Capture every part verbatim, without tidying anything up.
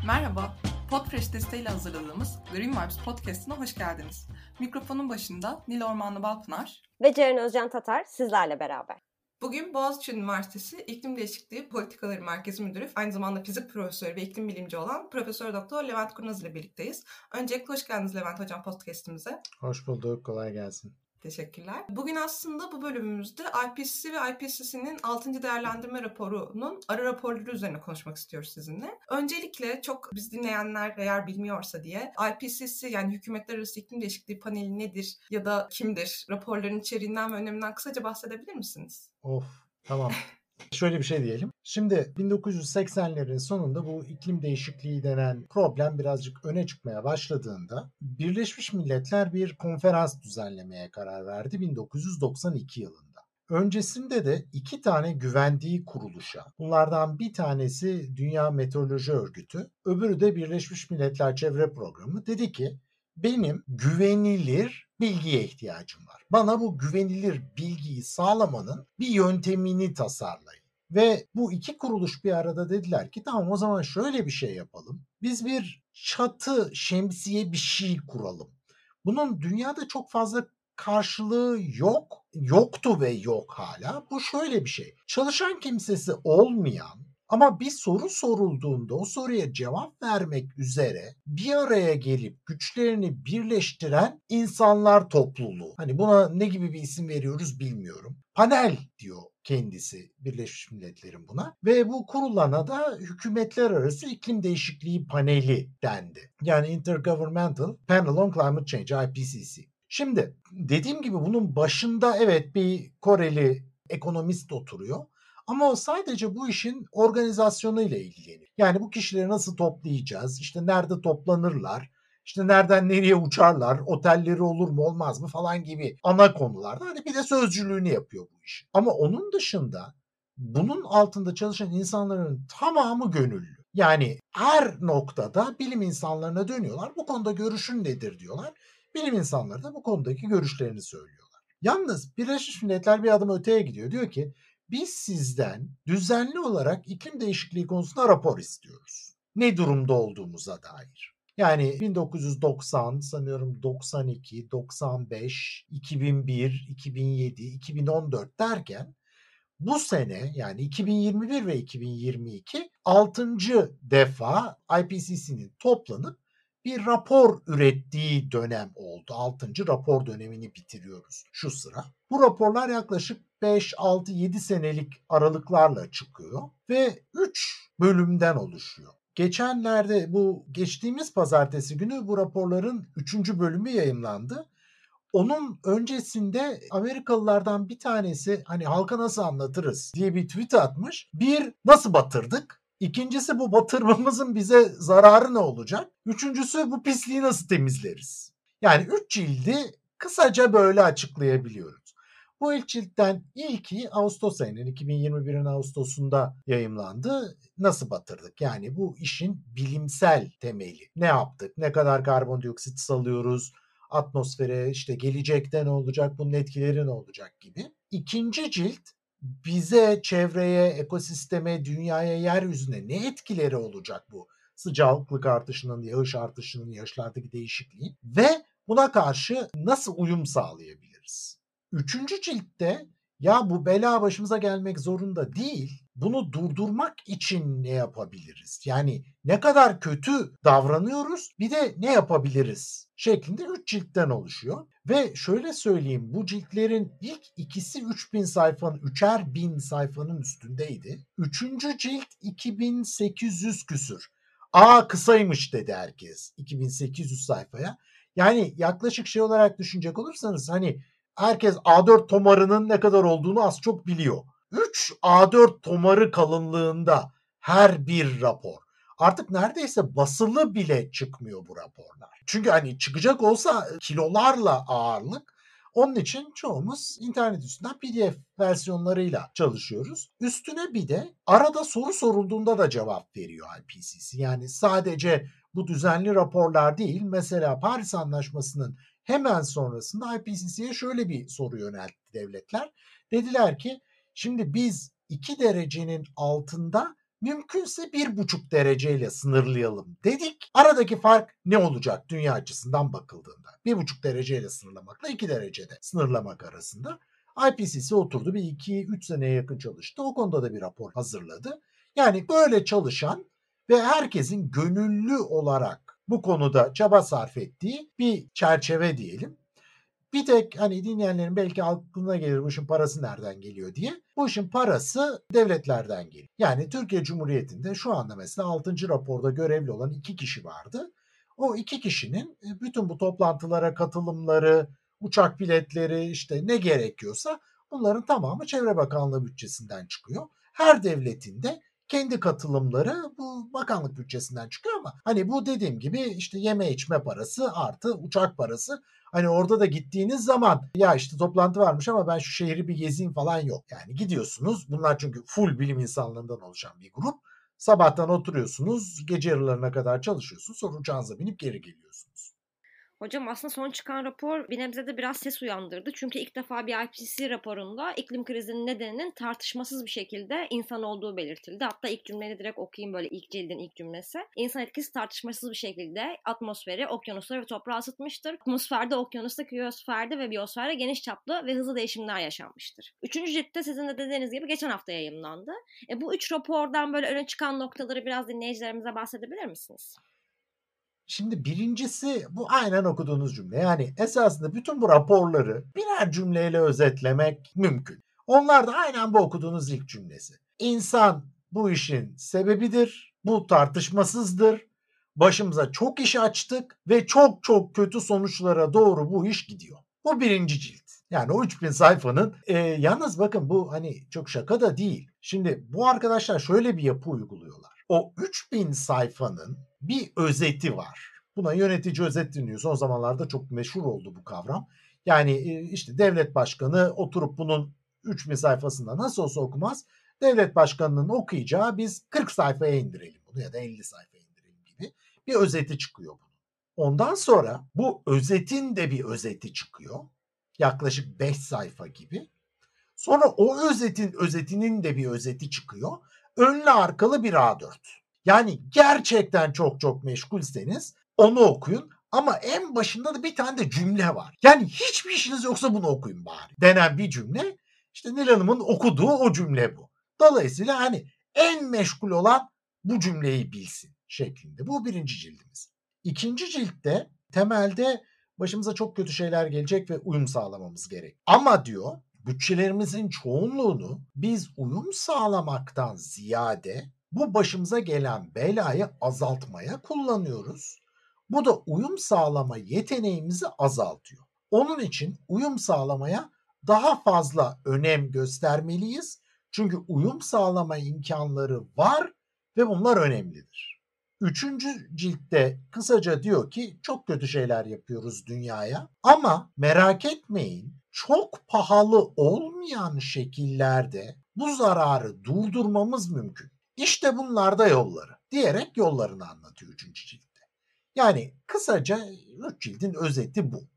Merhaba, Podfresh desteğiyle hazırladığımız Green Vibes Podcast'ına hoş geldiniz. Mikrofonun başında Nil Ormanlı Balpınar ve Ceren Özcan Tatar sizlerle beraber. Bugün Boğaziçi Üniversitesi İklim Değişikliği Politikaları Merkezi Müdürü, aynı zamanda fizik profesörü ve iklim bilimci olan Profesör Doktor Levent Kurnaz ile birlikteyiz. Öncelikle hoş geldiniz Levent Hocam podcast'imize. Hoş bulduk, kolay gelsin. Teşekkürler. Bugün aslında bu bölümümüzde I P C C ve I P C C'nin altıncı değerlendirme raporunun ara raporları üzerine konuşmak istiyoruz sizinle. Öncelikle çok biz dinleyenler eğer bilmiyorsa diye I P C C yani Hükümetler Arası İklim Değişikliği Paneli nedir ya da kimdir? Raporların içeriğinden ve öneminden kısaca bahsedebilir misiniz? Of, tamam. Şöyle bir şey diyelim. Şimdi bin dokuz yüz seksenlerin sonunda bu iklim değişikliği denen problem birazcık öne çıkmaya başladığında Birleşmiş Milletler bir konferans düzenlemeye karar verdi bin dokuz yüz doksan iki yılında. Öncesinde de iki tane güvendiği kuruluşa, bunlardan bir tanesi Dünya Meteoroloji Örgütü, öbürü de Birleşmiş Milletler Çevre Programı dedi ki benim güvenilir bilgiye ihtiyacım var. Bana bu güvenilir bilgiyi sağlamanın bir yöntemini tasarlayın. Ve bu iki kuruluş bir arada dediler ki tamam o zaman şöyle bir şey yapalım. Biz bir çatı şemsiye bir şey kuralım. Bunun dünyada çok fazla karşılığı yok. Yoktu ve yok hala. Bu şöyle bir şey. Çalışan kimsesi olmayan ama bir soru sorulduğunda o soruya cevap vermek üzere bir araya gelip güçlerini birleştiren insanlar topluluğu. Hani buna ne gibi bir isim veriyoruz bilmiyorum. Panel diyor kendisi Birleşmiş Milletler'in buna ve bu kurulana da Hükümetler Arası İklim Değişikliği Paneli dendi. Yani Intergovernmental Panel on Climate Change I P C C. Şimdi dediğim gibi bunun başında evet bir Koreli ekonomist oturuyor. Ama o sadece bu işin organizasyonuyla ilgileniyor. Yani bu kişileri nasıl toplayacağız? İşte nerede toplanırlar? İşte nereden nereye uçarlar? Otelleri olur mu olmaz mı falan gibi ana konularda. Hani bir de sözcülüğünü yapıyor bu iş. Ama onun dışında bunun altında çalışan insanların tamamı gönüllü. Yani her noktada bilim insanlarına dönüyorlar. Bu konuda görüşün nedir diyorlar. Bilim insanları da bu konudaki görüşlerini söylüyorlar. Yalnız Birleşmiş Milletler bir adım öteye gidiyor. Diyor ki biz sizden düzenli olarak iklim değişikliği konusunda rapor istiyoruz. Ne durumda olduğumuza dair. Yani bin dokuz yüz doksan, sanıyorum doksan iki, doksan beş, iki bin bir, iki bin yedi, iki bin on dört derken bu sene yani iki bin yirmi bir ve iki bin yirmi iki altıncı defa I P C C'nin toplanıp bir rapor ürettiği dönem oldu. altıncı rapor dönemini bitiriyoruz şu sıra. Bu raporlar yaklaşık beş, altı, yedi senelik aralıklarla çıkıyor ve üç bölümden oluşuyor. Geçenlerde bu geçtiğimiz pazartesi günü bu raporların üçüncü bölümü yayımlandı. Onun öncesinde Amerikalılardan bir tanesi hani halka nasıl anlatırız diye bir tweet atmış. Bir, nasıl batırdık? İkincisi bu batırmamızın bize zararı ne olacak? Üçüncüsü bu pisliği nasıl temizleriz? Yani üç cildi kısaca böyle açıklayabiliyoruz. Bu ilk ciltten ilki Ağustos ayının iki bin yirmi birin Ağustos'unda yayımlandı. Nasıl batırdık? Yani bu işin bilimsel temeli. Ne yaptık? Ne kadar karbondioksit salıyoruz? Atmosfere, işte gelecekte ne olacak, bunun etkileri ne olacak gibi. İkinci cilt bize, çevreye, ekosisteme, dünyaya, yeryüzüne ne etkileri olacak bu sıcaklık artışının, yağış artışının, yağışlardaki değişikliğin ve buna karşı nasıl uyum sağlayabiliriz? Üçüncü ciltte ya bu bela başımıza gelmek zorunda değil, bunu durdurmak için ne yapabiliriz? Yani ne kadar kötü davranıyoruz, bir de ne yapabiliriz şeklinde üç ciltten oluşuyor. Ve şöyle söyleyeyim, bu ciltlerin ilk ikisi üç bin sayfanın, üçer bin sayfanın üstündeydi. Üçüncü cilt iki bin sekiz yüz küsür. Aa kısaymış dedi herkes iki bin sekiz yüz sayfaya. Yani yaklaşık şey olarak düşünecek olursanız hani herkes A dört tomarının ne kadar olduğunu az çok biliyor. üç A dört tomarı kalınlığında her bir rapor. Artık neredeyse basılı bile çıkmıyor bu raporlar. Çünkü hani çıkacak olsa kilolarla ağırlık. Onun için çoğumuz internet üstünden P D F versiyonlarıyla çalışıyoruz. Üstüne bir de arada soru sorulduğunda da cevap veriyor I P C C. Yani sadece bu düzenli raporlar değil, mesela Paris Anlaşması'nın hemen sonrasında I P C C'ye şöyle bir soru yöneltti devletler. Dediler ki şimdi biz iki derecenin altında mümkünse bir buçuk dereceyle sınırlayalım dedik. Aradaki fark ne olacak dünya açısından bakıldığında? Bir buçuk dereceyle sınırlamakla iki derecede sınırlamak arasında. I P C C oturdu, bir iki üç seneye yakın çalıştı. O konuda da bir rapor hazırladı. Yani böyle çalışan ve herkesin gönüllü olarak bu konuda çaba sarf ettiği bir çerçeve diyelim. Bir tek hani dinleyenlerin belki aklına gelir bu işin parası nereden geliyor diye. Bu işin parası devletlerden geliyor. Yani Türkiye Cumhuriyeti'nde şu anda mesela altıncı raporda görevli olan iki kişi vardı. O iki kişinin bütün bu toplantılara katılımları, uçak biletleri, işte ne gerekiyorsa bunların tamamı Çevre Bakanlığı bütçesinden çıkıyor. Her devletin de kendi katılımları bu bakanlık bütçesinden çıkıyor ama hani bu dediğim gibi işte yeme içme parası artı uçak parası. Hani orada da gittiğiniz zaman ya işte toplantı varmış ama ben şu şehri bir gezeyim falan yok. Yani gidiyorsunuz, bunlar çünkü full bilim insanlarından oluşan bir grup. Sabahtan oturuyorsunuz, gece yarılarına kadar çalışıyorsunuz, sonra uçağınıza binip geri geliyorsunuz. Hocam aslında son çıkan rapor bir nebze de biraz ses uyandırdı. Çünkü ilk defa bir I P C C raporunda iklim krizinin nedeninin tartışmasız bir şekilde insan olduğu belirtildi. Hatta ilk cümleyi direkt okuyayım, böyle ilk cildin ilk cümlesi. İnsan etkisi tartışmasız bir şekilde atmosferi, okyanusları ve toprağı ısıtmıştır. Atmosferde, okyanusta, kriyosferde ve biyosferde geniş çaplı ve hızlı değişimler yaşanmıştır. Üçüncü ciltte sizin de dediğiniz gibi geçen hafta yayımlandı. E, bu üç rapordan böyle öne çıkan noktaları biraz dinleyicilerimize bahsedebilir misiniz? Şimdi birincisi bu aynen okuduğunuz cümle. Yani esasında bütün bu raporları birer cümleyle özetlemek mümkün. Onlar da aynen bu okuduğunuz ilk cümlesi. İnsan bu işin sebebidir, bu tartışmasızdır. Başımıza çok iş açtık ve çok çok kötü sonuçlara doğru bu iş gidiyor. Bu birinci cilt. Yani o üç bin sayfanın e, yalnız bakın bu hani çok şaka da değil. Şimdi bu arkadaşlar şöyle bir yapı uyguluyorlar. O üç bin sayfanın bir özeti var. Buna yönetici özet deniyor. Son zamanlarda çok meşhur oldu bu kavram. Yani işte devlet başkanı oturup bunun üç bin sayfasında nasıl olsa okumaz. Devlet başkanının okuyacağı biz kırk sayfaya indirelim bunu ya da elli sayfaya indirelim gibi bir özeti çıkıyor bunun. Ondan sonra bu özetin de bir özeti çıkıyor. Yaklaşık beş sayfa gibi. Sonra o özetin özetinin de bir özeti çıkıyor. Önlü arkalı bir A dört. Yani gerçekten çok çok meşgulseniz onu okuyun. Ama en başında da bir tane de cümle var. Yani hiçbir işiniz yoksa bunu okuyun bari denen bir cümle. İşte Nil Hanım'ın okuduğu o cümle bu. Dolayısıyla hani en meşgul olan bu cümleyi bilsin şeklinde. Bu birinci cildimiz. İkinci ciltte temelde başımıza çok kötü şeyler gelecek ve uyum sağlamamız gerek. Ama diyor bütçelerimizin çoğunluğunu biz uyum sağlamaktan ziyade bu başımıza gelen belayı azaltmaya kullanıyoruz. Bu da uyum sağlama yeteneğimizi azaltıyor. Onun için uyum sağlamaya daha fazla önem göstermeliyiz. Çünkü uyum sağlama imkanları var ve bunlar önemlidir. Üçüncü ciltte kısaca diyor ki çok kötü şeyler yapıyoruz dünyaya ama merak etmeyin, çok pahalı olmayan şekillerde bu zararı durdurmamız mümkün. İşte bunlar da yolları diyerek yollarını anlatıyor üçüncü ciltte. Yani kısaca üç cildin özeti bu.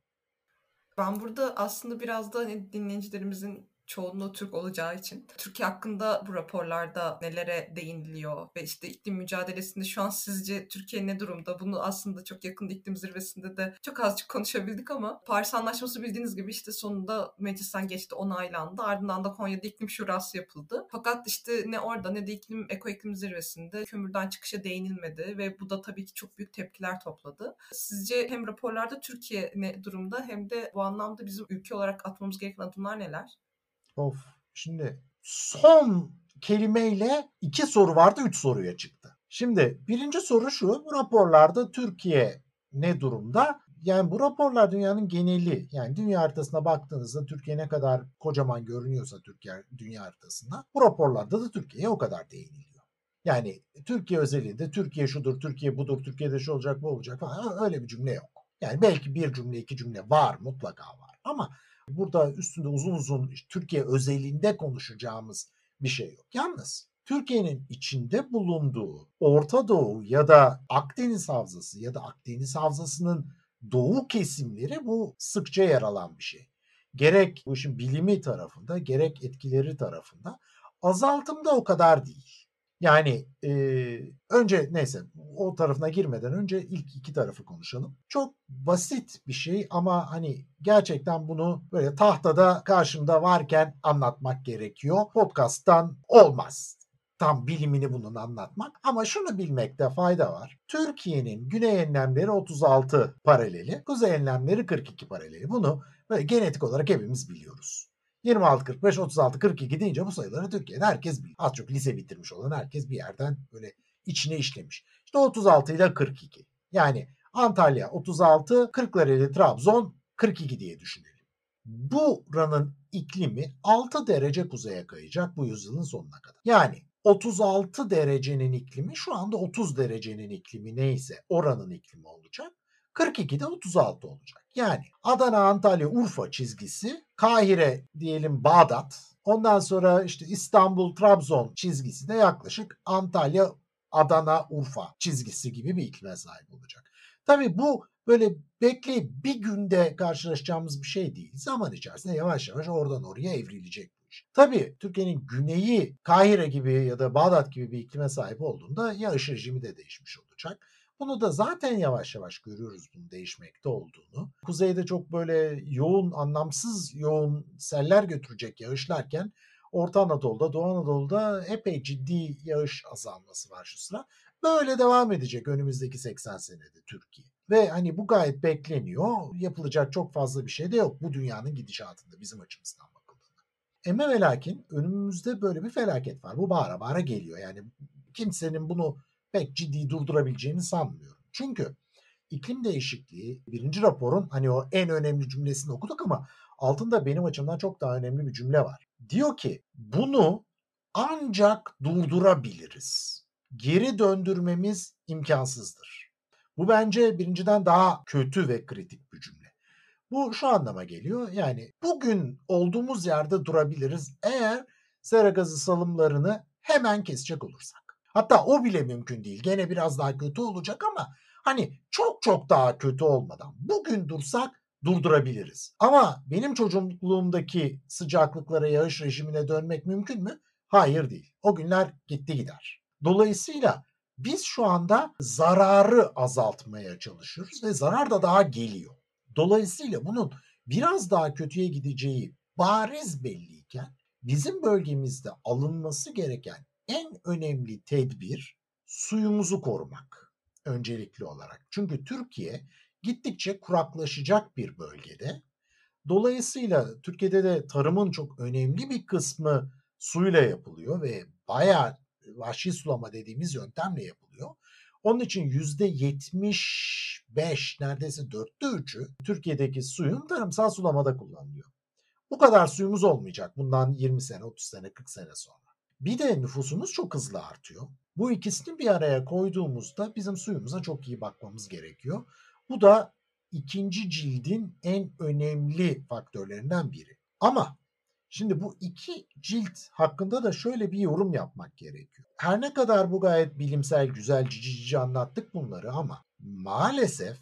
Ben burada aslında biraz da hani dinleyicilerimizin çoğunluğu Türk olacağı için Türkiye hakkında bu raporlarda nelere değiniliyor ve işte iklim mücadelesinde şu an sizce Türkiye ne durumda? Bunu aslında çok yakın iklim zirvesinde de çok azıcık konuşabildik ama Paris Anlaşması bildiğiniz gibi işte sonunda meclisten geçti, onaylandı. Ardından da Konya'da iklim şurası yapıldı. Fakat işte ne orada ne de iklim eko iklim zirvesinde kömürden çıkışa değinilmedi ve bu da tabii ki çok büyük tepkiler topladı. Sizce hem raporlarda Türkiye ne durumda hem de bu anlamda bizim ülke olarak atmamız gereken adımlar neler? Of. Şimdi son kelimeyle iki soru vardı, üç soruya çıktı. Şimdi birinci soru şu, bu raporlarda Türkiye ne durumda? Yani bu raporlar dünyanın geneli, yani dünya haritasına baktığınızda Türkiye ne kadar kocaman görünüyorsa Türkiye dünya haritasında, bu raporlarda da Türkiye'ye o kadar değiniliyor. Yani Türkiye özelinde Türkiye şudur, Türkiye budur, Türkiye'de şu olacak, bu olacak falan, öyle bir cümle yok. Yani belki bir cümle, iki cümle var, mutlaka var ama burada üstünde uzun uzun Türkiye özelinde konuşacağımız bir şey yok. Yalnız Türkiye'nin içinde bulunduğu Orta Doğu ya da Akdeniz Havzası ya da Akdeniz Havzası'nın doğu kesimleri bu sıkça yer alan bir şey. Gerek bu işin bilimi tarafında gerek etkileri tarafında azaltımda o kadar değil. Yani e, önce neyse o tarafına girmeden önce ilk iki tarafı konuşalım. Çok basit bir şey ama hani gerçekten bunu böyle tahtada karşımda varken anlatmak gerekiyor. Podcast'tan olmaz tam bilimini bunun anlatmak. Ama şunu bilmekte fayda var. Türkiye'nin güney enlemleri otuz altı paraleli, kuzey enlemleri kırk iki paraleli. Bunu böyle genetik olarak hepimiz biliyoruz. yirmi altı, kırk beş, otuz altı, kırk iki deyince bu sayıları Türkiye'de herkes biliyor. Az çok lise bitirmiş olan herkes bir yerden böyle içine işlemiş. İşte otuz altı ile kırk iki. Yani Antalya otuz altı, Kırklareli, Trabzon kırk iki diye düşünelim. Buranın iklimi altı derece kuzeye kayacak bu yüzyılın sonuna kadar. Yani otuz altı derecenin iklimi şu anda otuz derecenin iklimi neyse oranın iklimi olacak. kırk ikide otuz altı olacak. Yani Adana, Antalya, Urfa çizgisi, Kahire diyelim Bağdat, ondan sonra işte İstanbul, Trabzon çizgisi de yaklaşık Antalya, Adana, Urfa çizgisi gibi bir iklime sahip olacak. Tabii bu böyle bekleyip bir günde karşılaşacağımız bir şey değil. Zaman içerisinde yavaş yavaş oradan oraya evrilecek bu iş. Tabii Türkiye'nin güneyi Kahire gibi ya da Bağdat gibi bir iklime sahip olduğunda yağış rejimi de değişmiş olacak. Bunu da zaten yavaş yavaş görüyoruz bunun değişmekte olduğunu. Kuzeyde çok böyle yoğun, anlamsız yoğun seller götürecek yağışlarken Orta Anadolu'da, Doğu Anadolu'da epey ciddi yağış azalması var şu sıra. Böyle devam edecek önümüzdeki seksen senede Türkiye. Ve hani bu gayet bekleniyor. Yapılacak çok fazla bir şey de yok bu dünyanın gidişatında bizim açımızdan bakıldığında. Emme ve lakin önümüzde böyle bir felaket var. Bu bağıra bağıra geliyor. Yani kimsenin bunu pek ciddi durdurabileceğini sanmıyorum. Çünkü iklim değişikliği birinci raporun hani o en önemli cümlesini okuduk ama altında benim açımdan çok daha önemli bir cümle var. Diyor ki bunu ancak durdurabiliriz. Geri döndürmemiz imkansızdır. Bu bence birinciden daha kötü ve kritik bir cümle. Bu şu anlama geliyor. Yani bugün olduğumuz yerde durabiliriz eğer sera gazı salımlarını hemen kesecek olursak. Hatta o bile mümkün değil. Gene biraz daha kötü olacak ama hani çok çok daha kötü olmadan bugün dursak durdurabiliriz. Ama benim çocukluğumdaki sıcaklıklara, yağış rejimine dönmek mümkün mü? Hayır değil. O günler gitti gider. Dolayısıyla biz şu anda zararı azaltmaya çalışıyoruz ve zarar da daha geliyor. Dolayısıyla bunun biraz daha kötüye gideceği bariz belliyken bizim bölgemizde alınması gereken en önemli tedbir suyumuzu korumak öncelikli olarak. Çünkü Türkiye gittikçe kuraklaşacak bir bölgede. Dolayısıyla Türkiye'de de tarımın çok önemli bir kısmı suyla yapılıyor ve bayağı vahşi sulama dediğimiz yöntemle yapılıyor. Onun için yüzde yetmiş beş neredeyse dörtte üçü Türkiye'deki suyun tarımsal sulamada kullanılıyor. Bu kadar suyumuz olmayacak bundan yirmi sene, otuz sene, kırk sene sonra. Bir de nüfusumuz çok hızlı artıyor. Bu ikisini bir araya koyduğumuzda bizim suyumuza çok iyi bakmamız gerekiyor. Bu da ikinci cildin en önemli faktörlerinden biri. Ama şimdi bu iki cilt hakkında da şöyle bir yorum yapmak gerekiyor. Her ne kadar bu gayet bilimsel, güzel, cici cici anlattık bunları ama maalesef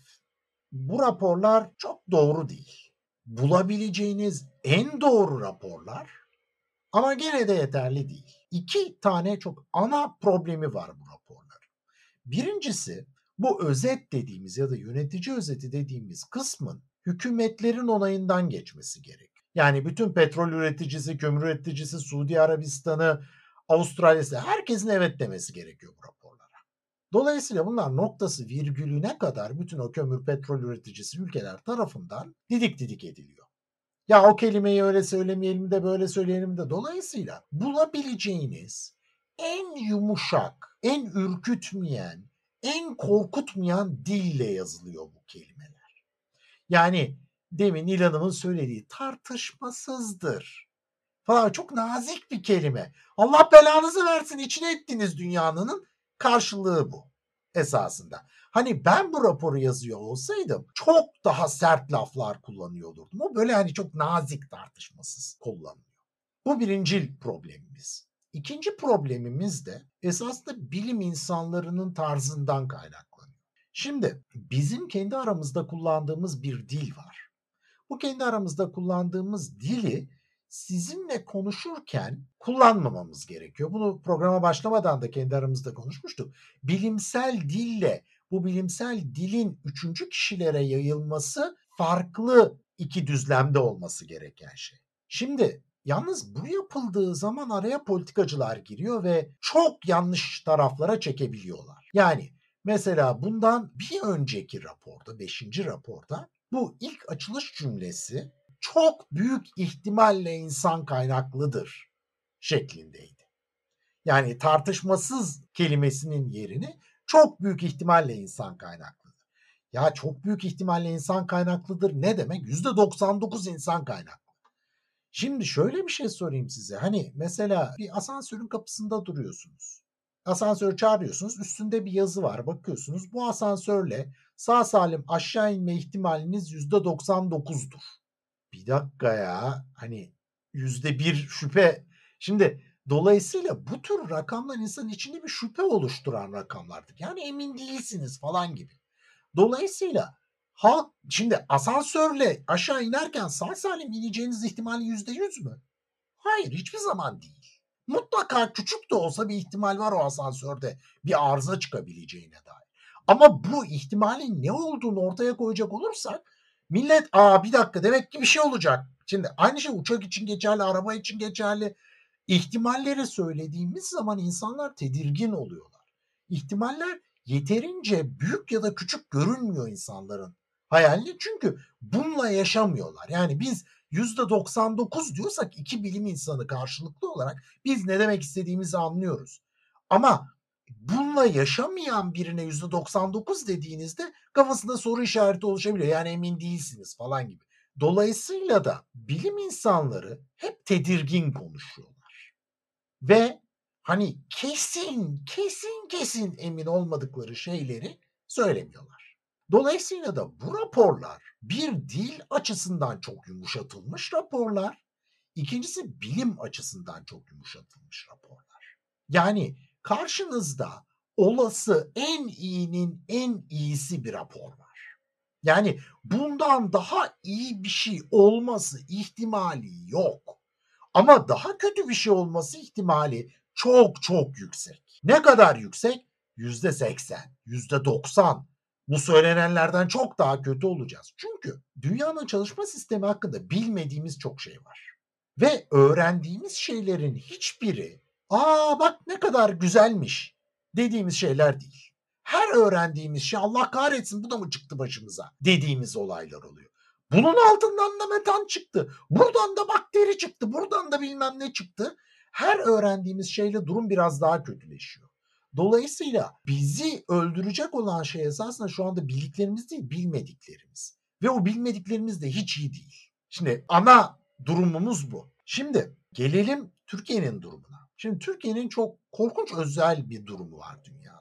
bu raporlar çok doğru değil. Bulabileceğiniz en doğru raporlar ama gene de yeterli değil. İki tane çok ana problemi var bu raporların. Birincisi bu özet dediğimiz ya da yönetici özeti dediğimiz kısmın hükümetlerin onayından geçmesi gerekiyor. Yani bütün petrol üreticisi, kömür üreticisi, Suudi Arabistan'ı, Avustralya'sı herkesin evet demesi gerekiyor bu raporlara. Dolayısıyla bunlar noktası virgülüne kadar bütün o kömür petrol üreticisi ülkeler tarafından didik didik ediliyor. Ya o kelimeyi öyle söylemeyelim de böyle söyleyelim de dolayısıyla bulabileceğiniz en yumuşak, en ürkütmeyen, en korkutmayan dille yazılıyor bu kelimeler. Yani demin İlhan Hanım'ın söylediği tartışmasızdır falan çok nazik bir kelime. Allah belanızı versin içine ettiniz dünyanın karşılığı bu esasında. Hani ben bu raporu yazıyor olsaydım çok daha sert laflar kullanıyor olurdum. O böyle hani çok nazik tartışmasız kullanılıyor. Bu birincil problemimiz. İkinci problemimiz de esasında bilim insanlarının tarzından kaynaklanıyor. Şimdi bizim kendi aramızda kullandığımız bir dil var. Bu kendi aramızda kullandığımız dili sizinle konuşurken kullanmamamız gerekiyor. Bunu programa başlamadan da kendi aramızda konuşmuştuk. Bilimsel dille bu bilimsel dilin üçüncü kişilere yayılması farklı iki düzlemde olması gereken şey. Şimdi yalnız bu yapıldığı zaman araya politikacılar giriyor ve çok yanlış taraflara çekebiliyorlar. Yani mesela bundan bir önceki raporda, beşinci raporda bu ilk açılış cümlesi çok büyük ihtimalle insan kaynaklıdır şeklindeydi. Yani tartışmasız kelimesinin yerini çok büyük ihtimalle insan kaynaklıdır. Ya çok büyük ihtimalle insan kaynaklıdır ne demek? yüzde doksan dokuz insan kaynaklı. Şimdi şöyle bir şey sorayım size. Hani mesela bir asansörün kapısında duruyorsunuz. Asansörü çağırıyorsunuz. Üstünde bir yazı var. Bakıyorsunuz bu asansörle sağ salim aşağı inme ihtimaliniz yüzde doksan dokuzdur. Bir dakika ya. Hani yüzde bir şüphe. Şimdi dolayısıyla bu tür rakamlar insanın içinde bir şüphe oluşturan rakamlardır. Yani emin değilsiniz falan gibi. Dolayısıyla halk şimdi asansörle aşağı inerken sağ salim ineceğiniz ihtimali yüzde yüz mü? Hayır, hiçbir zaman değil. Mutlaka küçük de olsa bir ihtimal var o asansörde bir arıza çıkabileceğine dair. Ama bu ihtimalin ne olduğunu ortaya koyacak olursak millet aa bir dakika demek ki bir şey olacak. Şimdi aynı şey uçak için geçerli, araba için geçerli. İhtimalleri söylediğimiz zaman insanlar tedirgin oluyorlar. İhtimaller yeterince büyük ya da küçük görünmüyor insanların hayaline çünkü bununla yaşamıyorlar. Yani biz yüzde doksan dokuz diyorsak iki bilim insanı karşılıklı olarak biz ne demek istediğimizi anlıyoruz. Ama bununla yaşamayan birine yüzde doksan dokuz dediğinizde kafasında soru işareti oluşabiliyor. Yani emin değilsiniz falan gibi. Dolayısıyla da bilim insanları hep tedirgin konuşuyorlar. Ve hani kesin kesin kesin emin olmadıkları şeyleri söylemiyorlar. Dolayısıyla da bu raporlar bir dil açısından çok yumuşatılmış raporlar, ikincisi bilim açısından çok yumuşatılmış raporlar. Yani karşınızda olası en iyinin en iyisi bir rapor var. Yani bundan daha iyi bir şey olması ihtimali yok. Ama daha kötü bir şey olması ihtimali çok çok yüksek. Ne kadar yüksek? yüzde seksen, yüzde doksan. Bu söylenenlerden çok daha kötü olacağız. Çünkü dünyanın çalışma sistemi hakkında bilmediğimiz çok şey var. Ve öğrendiğimiz şeylerin hiçbiri aa bak ne kadar güzelmiş dediğimiz şeyler değil. Her öğrendiğimiz şey Allah kahretsin bu da mı çıktı başımıza dediğimiz olaylar oluyor. Bunun altından da metan çıktı. Buradan da bakteri çıktı. Buradan da bilmem ne çıktı. Her öğrendiğimiz şeyle durum biraz daha kötüleşiyor. Dolayısıyla bizi öldürecek olan şey esasında şu anda bildiklerimiz değil, bilmediklerimiz. Ve o bilmediklerimiz de hiç iyi değil. Şimdi ana durumumuz bu. Şimdi gelelim Türkiye'nin durumuna. Şimdi Türkiye'nin çok korkunç özel bir durumu var dünyada.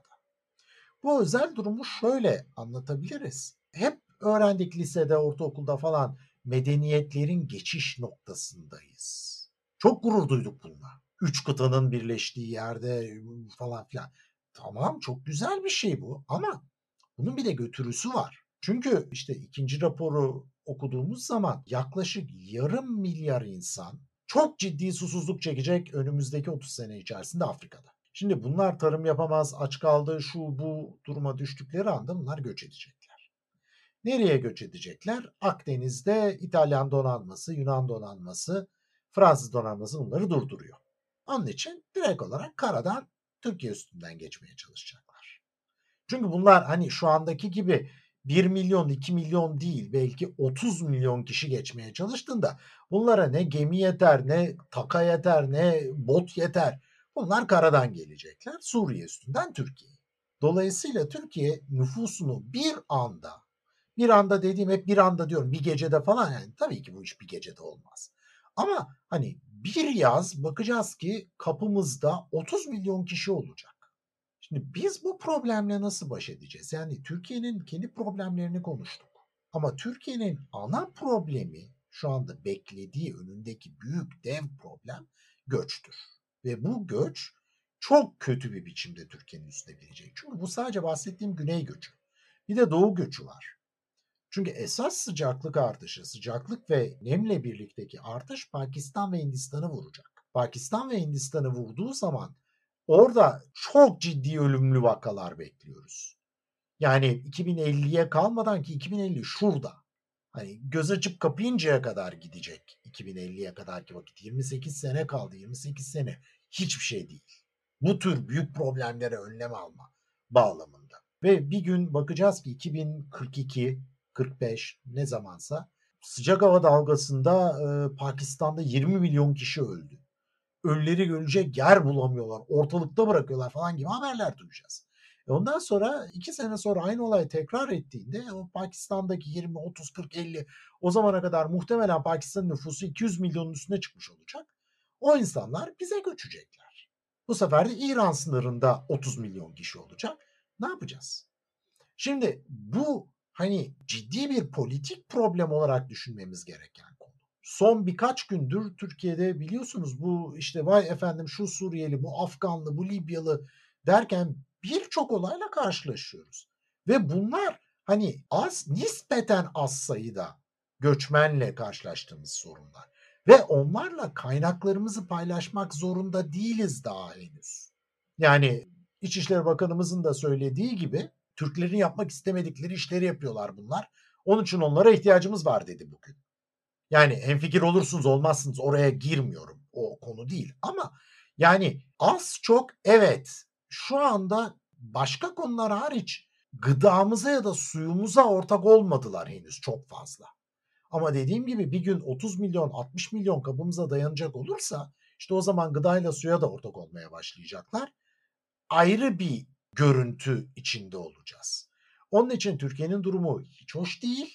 Bu özel durumu şöyle anlatabiliriz. Hep öğrendik lisede, ortaokulda falan medeniyetlerin geçiş noktasındayız. Çok gurur duyduk bununla. Üç kıtanın birleştiği yerde falan filan. Tamam çok güzel bir şey bu ama bunun bir de götürüsü var. Çünkü işte ikinci raporu okuduğumuz zaman yaklaşık yarım milyar insan çok ciddi susuzluk çekecek önümüzdeki otuz sene içerisinde Afrika'da. Şimdi bunlar tarım yapamaz, aç kaldı, şu bu duruma düştükleri anda bunlar göç edecekler. Nereye göç edecekler? Akdeniz'de İtalyan donanması, Yunan donanması, Fransız donanması bunları durduruyor. Onun için direkt olarak karadan Türkiye üstünden geçmeye çalışacaklar. Çünkü bunlar hani şu andaki gibi bir milyon, iki milyon değil belki otuz milyon kişi geçmeye çalıştığında bunlara ne gemi yeter, ne taka yeter, ne bot yeter. Bunlar karadan gelecekler Suriye üstünden Türkiye'ye. Dolayısıyla Türkiye nüfusunu bir anda, bir anda dediğim hep bir anda diyorum bir gecede falan yani tabii ki bu iş bir gecede olmaz. Ama hani bir yaz bakacağız ki kapımızda otuz milyon kişi olacak. Şimdi biz bu problemle nasıl baş edeceğiz? Yani Türkiye'nin kendi problemlerini konuştuk. Ama Türkiye'nin ana problemi şu anda beklediği önündeki büyük dev problem göçtür. Ve bu göç çok kötü bir biçimde Türkiye'nin üstüne binecek. Çünkü bu sadece bahsettiğim güney göçü. Bir de doğu göçü var. Çünkü esas sıcaklık artışı, sıcaklık ve nemle birlikteki artış Pakistan ve Hindistan'ı vuracak. Pakistan ve Hindistan'ı vurduğu zaman orada çok ciddi ölümlü vakalar bekliyoruz. Yani iki bin elliye kalmadan, ki iki bin elli şurada. Hani göz açıp kapayıncaya kadar gidecek iki bin elliye kadarki vakit. yirmi sekiz sene kaldı. yirmi sekiz sene hiçbir şey değil. Bu tür büyük problemlere önlem alma bağlamında. Ve bir gün bakacağız ki iki bin kırk iki kırk beş ne zamansa sıcak hava dalgasında e, Pakistan'da yirmi milyon kişi öldü. Ölüleri görecek yer bulamıyorlar, ortalıkta bırakıyorlar falan gibi haberler duyacağız. E ondan sonra iki sene sonra aynı olay tekrar ettiğinde o Pakistan'daki yirmi, otuz, kırk, elli o zamana kadar muhtemelen Pakistan'ın nüfusu iki yüz milyonun üstüne çıkmış olacak. O insanlar bize göçecekler. Bu sefer de İran sınırında otuz milyon kişi olacak. Ne yapacağız? Şimdi bu hani ciddi bir politik problem olarak düşünmemiz gereken konu. Son birkaç gündür Türkiye'de biliyorsunuz bu işte vay efendim şu Suriyeli, bu Afganlı, bu Libyalı derken birçok olayla karşılaşıyoruz. Ve bunlar hani az, nispeten az sayıda göçmenle karşılaştığımız sorunlar. Ve onlarla kaynaklarımızı paylaşmak zorunda değiliz daha henüz. Yani İçişleri Bakanımızın da söylediği gibi Türklerin yapmak istemedikleri işleri yapıyorlar bunlar. Onun için onlara ihtiyacımız var dedi bugün. Yani hemfikir olursunuz olmazsınız oraya girmiyorum. O konu değil. Ama yani az çok evet şu anda başka konular hariç gıdamıza ya da suyumuza ortak olmadılar henüz çok fazla. Ama dediğim gibi bir gün otuz milyon altmış milyon kapımıza dayanacak olursa işte o zaman gıdayla suya da ortak olmaya başlayacaklar. Ayrı bir görüntü içinde olacağız. Onun için Türkiye'nin durumu hiç hoş değil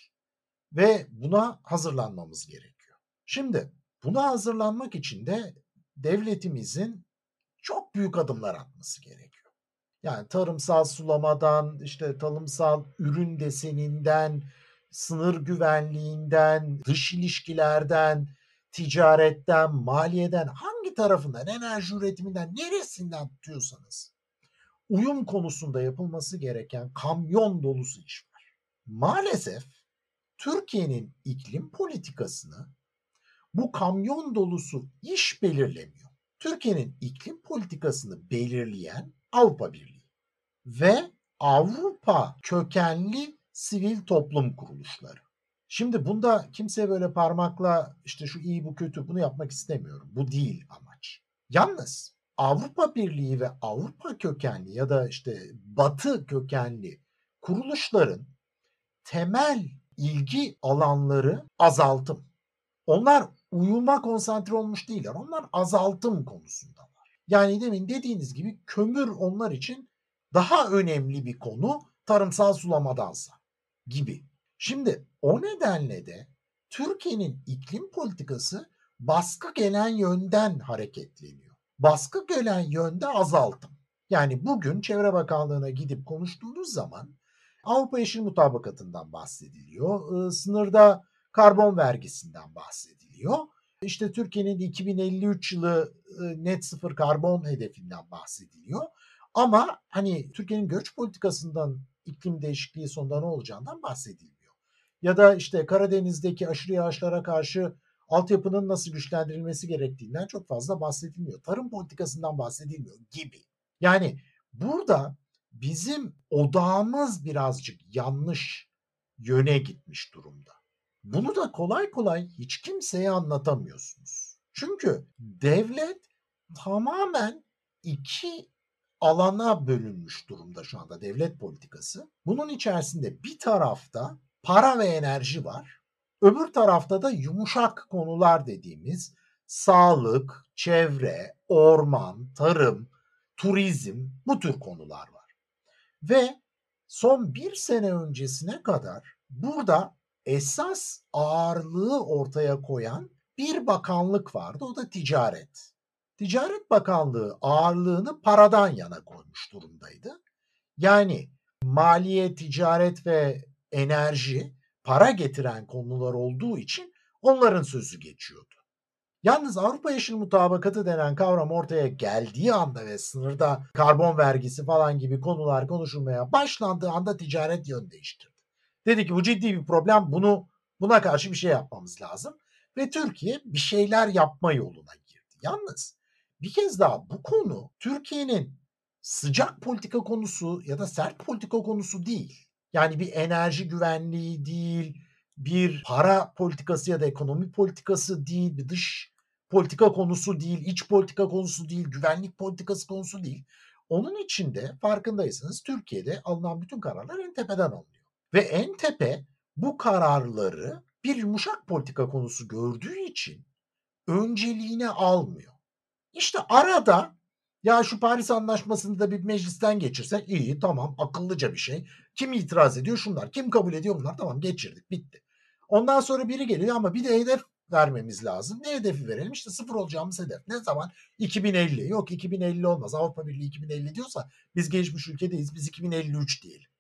ve buna hazırlanmamız gerekiyor. Şimdi buna hazırlanmak için de devletimizin çok büyük adımlar atması gerekiyor. Yani tarımsal sulamadan, işte tarımsal ürün deseninden, sınır güvenliğinden, dış ilişkilerden, ticaretten, maliyeden, hangi tarafından, enerji üretiminden, neresinden tutuyorsanız uyum konusunda yapılması gereken kamyon dolusu iş var. Maalesef Türkiye'nin iklim politikasını bu kamyon dolusu iş belirlemiyor. Türkiye'nin iklim politikasını belirleyen Avrupa Birliği ve Avrupa kökenli sivil toplum kuruluşları. Şimdi bunda kimse böyle parmakla işte şu iyi bu kötü bunu yapmak istemiyorum. Bu değil amaç. Yalnız Avrupa Birliği ve Avrupa kökenli ya da işte Batı kökenli kuruluşların temel ilgi alanları azaltım. Onlar uyuma konsantre olmuş değiller. Onlar azaltım konusundalar. Yani demin dediğiniz gibi kömür onlar için daha önemli bir konu tarımsal sulamadansa gibi. Şimdi o nedenle de Türkiye'nin iklim politikası baskı gelen yönden hareketleniyor. Baskı gelen yönde azaltım. Yani bugün Çevre Bakanlığı'na gidip konuştuğunuz zaman Avrupa Yeşil Mutabakatı'ndan bahsediliyor. E, sınırda karbon vergisinden bahsediliyor. İşte Türkiye'nin iki bin elli üç yılı e, net sıfır karbon hedefinden bahsediliyor. Ama hani Türkiye'nin göç politikasından iklim değişikliği sonunda ne olacağından bahsedilmiyor. Ya da işte Karadeniz'deki aşırı yağışlara karşı altyapının nasıl güçlendirilmesi gerektiğinden çok fazla bahsedilmiyor. Tarım politikasından bahsedilmiyor gibi. Yani burada bizim odağımız birazcık yanlış yöne gitmiş durumda. Bunu da kolay kolay hiç kimseye anlatamıyorsunuz. Çünkü devlet tamamen iki alana bölünmüş durumda şu anda devlet politikası. Bunun içerisinde bir tarafta para ve enerji var. Öbür tarafta da yumuşak konular dediğimiz sağlık, çevre, orman, tarım, turizm bu tür konular var. Ve son bir sene öncesine kadar burada esas ağırlığı ortaya koyan bir bakanlık vardı. O da ticaret. Ticaret Bakanlığı ağırlığını paradan yana koymuş durumdaydı. Yani maliye, ticaret ve enerji para getiren konular olduğu için onların sözü geçiyordu. Yalnız Avrupa Yeşil Mutabakatı denen kavram ortaya geldiği anda ve sınırda karbon vergisi falan gibi konular konuşulmaya başlandığı anda ticaret yön değiştirdi. Dedi ki bu ciddi bir problem, bunu buna karşı bir şey yapmamız lazım. Ve Türkiye bir şeyler yapma yoluna girdi. Yalnız bir kez daha bu konu Türkiye'nin sıcak politika konusu ya da sert politika konusu değil. Yani bir enerji güvenliği değil, bir para politikası ya da ekonomi politikası değil, bir dış politika konusu değil, iç politika konusu değil, güvenlik politikası konusu değil. Onun içinde farkındaysanız Türkiye'de alınan bütün kararlar en tepeden alınıyor. Ve en tepe bu kararları bir yumuşak politika konusu gördüğü için önceliğine almıyor. İşte arada ya şu Paris Anlaşması'nı da bir meclisten geçirsek iyi, tamam, akıllıca bir şey. Kim itiraz ediyor? Şunlar. Kim kabul ediyor? Bunlar. Tamam, geçirdik, bitti. Ondan sonra biri geliyor ama bir de hedef vermemiz lazım. Ne hedefi verelim? İşte sıfır olacağımız hedef. Ne zaman? iki bin elli. Yok, iki bin elli olmaz. Avrupa Birliği iki bin elli diyorsa biz gelişmiş ülkedeyiz. Biz iki bin elli üç diyelim.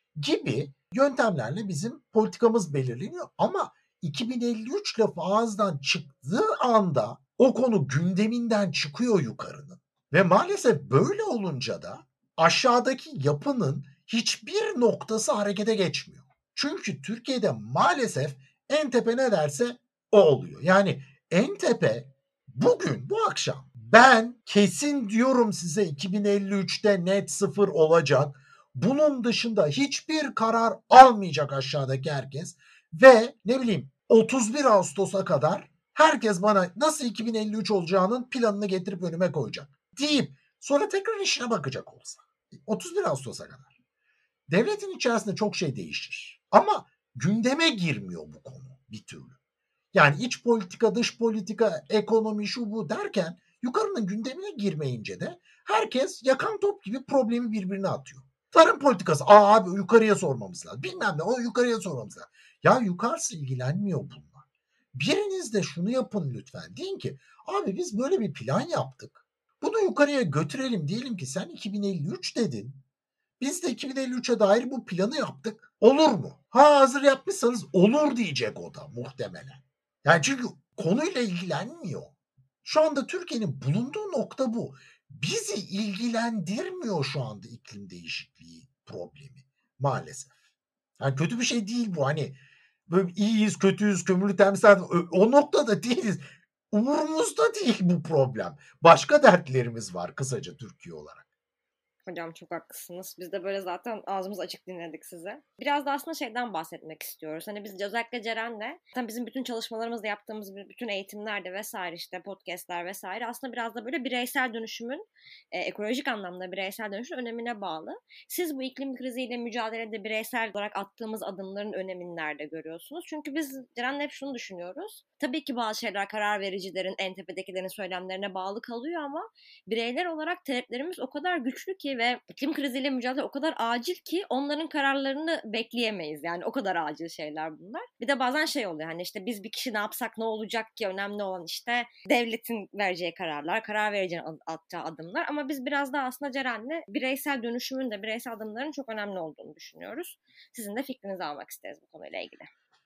Gibi yöntemlerle bizim politikamız belirleniyor. Ama iki bin elli üç lafı ağızdan çıktığı anda o konu gündeminden çıkıyor yukarının. Ve maalesef böyle olunca da aşağıdaki yapının hiçbir noktası harekete geçmiyor. Çünkü Türkiye'de maalesef en tepe ne derse o oluyor. Yani en tepe bugün, bu akşam ben kesin diyorum size iki bin elli üçte net sıfır olacak. Bunun dışında hiçbir karar almayacak aşağıdaki herkes ve ne bileyim otuz bir Ağustos'a kadar herkes bana nasıl iki bin elli üç olacağının planını getirip önüme koyacak deyip sonra tekrar işine bakacak olsa otuz bir Ağustos'a kadar devletin içerisinde çok şey değişir. Ama gündeme girmiyor bu konu bir türlü. Yani iç politika, dış politika, ekonomi, şu bu derken yukarının gündemine girmeyince de herkes yakan top gibi problemi birbirine atıyor. Tarım politikası. Aa abi yukarıya sormamız lazım. Bilmem ne o yukarıya sormamız lazım. Ya yukarısı ilgilenmiyor bunlar. Biriniz de şunu yapın lütfen. Deyin ki abi biz böyle bir plan yaptık. Bunu yukarıya götürelim. Diyelim ki sen iki bin elli üç dedin. Biz de iki bin elli üçe dair bu planı yaptık. Olur mu? Ha hazır yapmışsanız olur diyecek o da muhtemelen. Yani çünkü konuyla ilgilenmiyor. Şu anda Türkiye'nin bulunduğu nokta bu. Bizi ilgilendirmiyor şu anda iklim değişikliği problemi maalesef. Yani kötü bir şey değil bu. Hani böyle iyiyiz, kötüyüz, kömürlü temsil o noktada değiliz. Umurumuzda değil bu problem. Başka dertlerimiz var kısaca Türkiye olarak. Hocam çok haklısınız. Biz de böyle zaten ağzımız açık dinledik size. Biraz da aslında şeyden bahsetmek istiyoruz. Hani biz özellikle Ceren'le zaten bizim bütün çalışmalarımızda yaptığımız bütün eğitimlerde vesaire işte podcastler vesaire aslında biraz da böyle bireysel dönüşümün e, ekolojik anlamda bireysel dönüşümün önemine bağlı. Siz bu iklim kriziyle mücadelede bireysel olarak attığımız adımların önemini nerede görüyorsunuz? Çünkü biz Ceren'le hep şunu düşünüyoruz. Tabii ki bazı şeyler karar vericilerin, en tepedekilerin söylemlerine bağlı kalıyor ama bireyler olarak taleplerimiz o kadar güçlü ki ve iklim kriziyle mücadele o kadar acil ki onların kararlarını bekleyemeyiz. Yani o kadar acil şeyler bunlar. Bir de bazen şey oluyor hani işte biz bir kişi ne yapsak ne olacak ki önemli olan işte devletin vereceği kararlar, karar vereceğin atacağı adımlar ama biz biraz daha aslında Ceren'le bireysel dönüşümün de bireysel adımların çok önemli olduğunu düşünüyoruz. Sizin de fikrinizi almak isteriz bu konuyla ilgili.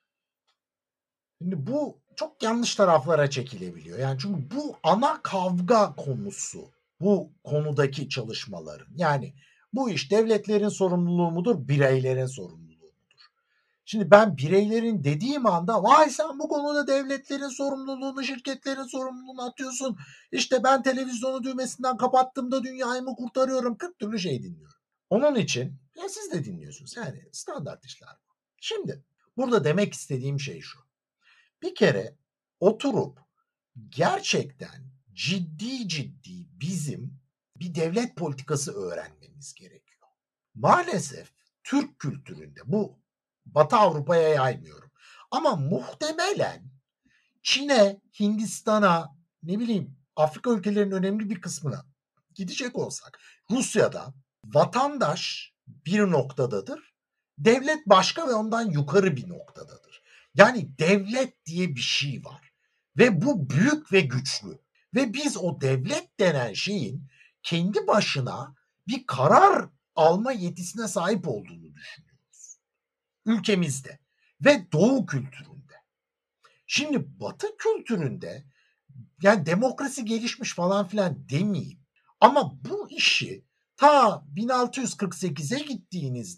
Şimdi bu çok yanlış taraflara çekilebiliyor. Yani çünkü bu ana kavga konusu. Bu konudaki çalışmaların. Yani bu iş devletlerin sorumluluğu mudur, bireylerin sorumluluğu mudur? Şimdi ben bireylerin dediğim anda vay sen bu konuda devletlerin sorumluluğunu, şirketlerin sorumluluğunu atıyorsun. İşte ben televizyonu düğmesinden kapattığımda dünyayı mı kurtarıyorum? kırk türlü şey dinliyorum. Onun için ya siz de dinliyorsunuz. Yani standart işler. Şimdi burada demek istediğim şey şu. Bir kere oturup gerçekten ciddi ciddi bizim bir devlet politikası öğrenmemiz gerekiyor. Maalesef Türk kültüründe bu Batı Avrupa'ya yaymıyorum. Ama muhtemelen Çin'e, Hindistan'a, ne bileyim Afrika ülkelerinin önemli bir kısmına gidecek olsak Rusya'da vatandaş bir noktadadır. Devlet başka ve ondan yukarı bir noktadadır. Yani devlet diye bir şey var. Ve bu büyük ve güçlü. Ve biz o devlet denen şeyin kendi başına bir karar alma yetisine sahip olduğunu düşünüyoruz. Ülkemizde ve Doğu kültüründe. Şimdi Batı kültüründe yani demokrasi gelişmiş falan filan demeyeyim. Ama bu işi ta bin altı yüz kırk sekize gittiğinizde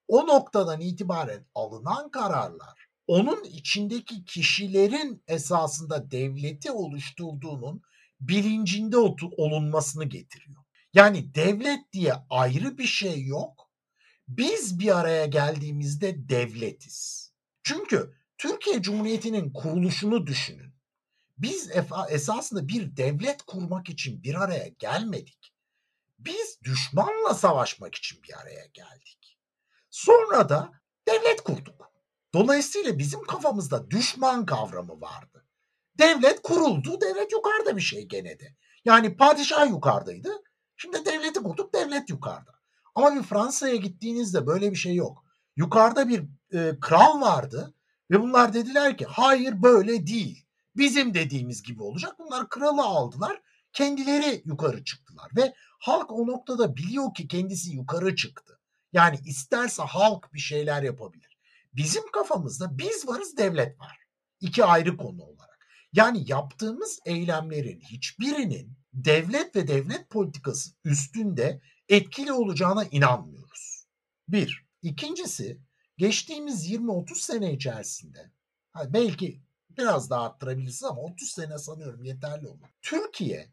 o noktadan itibaren alınan kararlar onun içindeki kişilerin esasında devleti oluşturduğunun bilincinde olunmasını getiriyor. Yani devlet diye ayrı bir şey yok. Biz bir araya geldiğimizde devletiz. Çünkü Türkiye Cumhuriyeti'nin kuruluşunu düşünün. Biz esasında bir devlet kurmak için bir araya gelmedik. Biz düşmanla savaşmak için bir araya geldik. Sonra da devlet kurduk. Dolayısıyla bizim kafamızda düşman kavramı vardı. Devlet kuruldu, devlet yukarıda bir şey gene de. Yani padişah yukarıdaydı, şimdi devleti kurduk, devlet yukarıda. Ama bir Fransa'ya gittiğinizde böyle bir şey yok. Yukarıda bir e, kral vardı ve bunlar dediler ki hayır böyle değil. Bizim dediğimiz gibi olacak. Bunlar kralı aldılar, kendileri yukarı çıktılar ve halk o noktada biliyor ki kendisi yukarı çıktı. Yani isterse halk bir şeyler yapabilir. Bizim kafamızda biz varız, devlet var. İki ayrı konu olarak. Yani yaptığımız eylemlerin hiçbirinin devlet ve devlet politikası üstünde etkili olacağına inanmıyoruz. Bir. İkincisi, geçtiğimiz yirmi otuz sene içerisinde, belki biraz daha arttırabilirsiniz ama otuz sene sanıyorum yeterli olur. Türkiye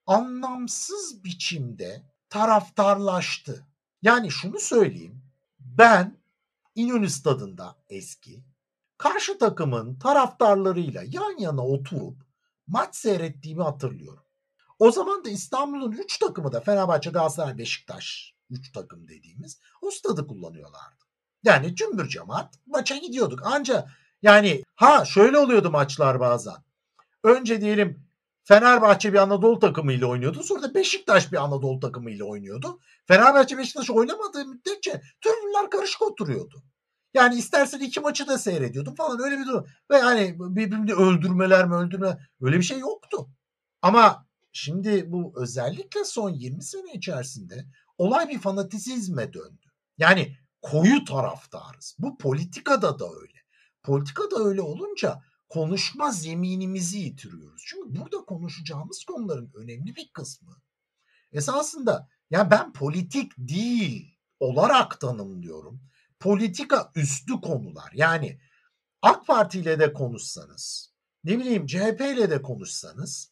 anlamsız biçimde taraftarlaştı. Yani şunu söyleyeyim, ben İnönü Stadı'nda eski, karşı takımın taraftarlarıyla yan yana oturup maç seyrettiğimi hatırlıyorum. O zaman da İstanbul'un üç takımı da Fenerbahçe, Galatasaray, Beşiktaş üç takım dediğimiz o stadı kullanıyorlardı. Yani cümbür cemaat maça gidiyorduk. Anca yani ha şöyle oluyordu maçlar bazen. Önce diyelim Fenerbahçe bir Anadolu takımıyla oynuyordu. Sonra da Beşiktaş bir Anadolu takımıyla oynuyordu. Fenerbahçe Beşiktaş oynamadığı müddetçe tribünler karışık oturuyordu. Yani istersen iki maçı da seyrediyordum falan, öyle bir durum. Ve hani birbirini öldürmeler mi öldürmeler, öyle bir şey yoktu. Ama şimdi bu özellikle son yirmi sene içerisinde olay bir fanatizme döndü. Yani koyu taraftarız. Bu politikada da öyle. Politikada öyle olunca konuşma zeminimizi yitiriyoruz. Çünkü burada konuşacağımız konuların önemli bir kısmı esasında yani ben politik değil olarak tanımlıyorum. Politika üstü konular. Yani AK Parti ile de konuşsanız, ne bileyim C H P ile de konuşsanız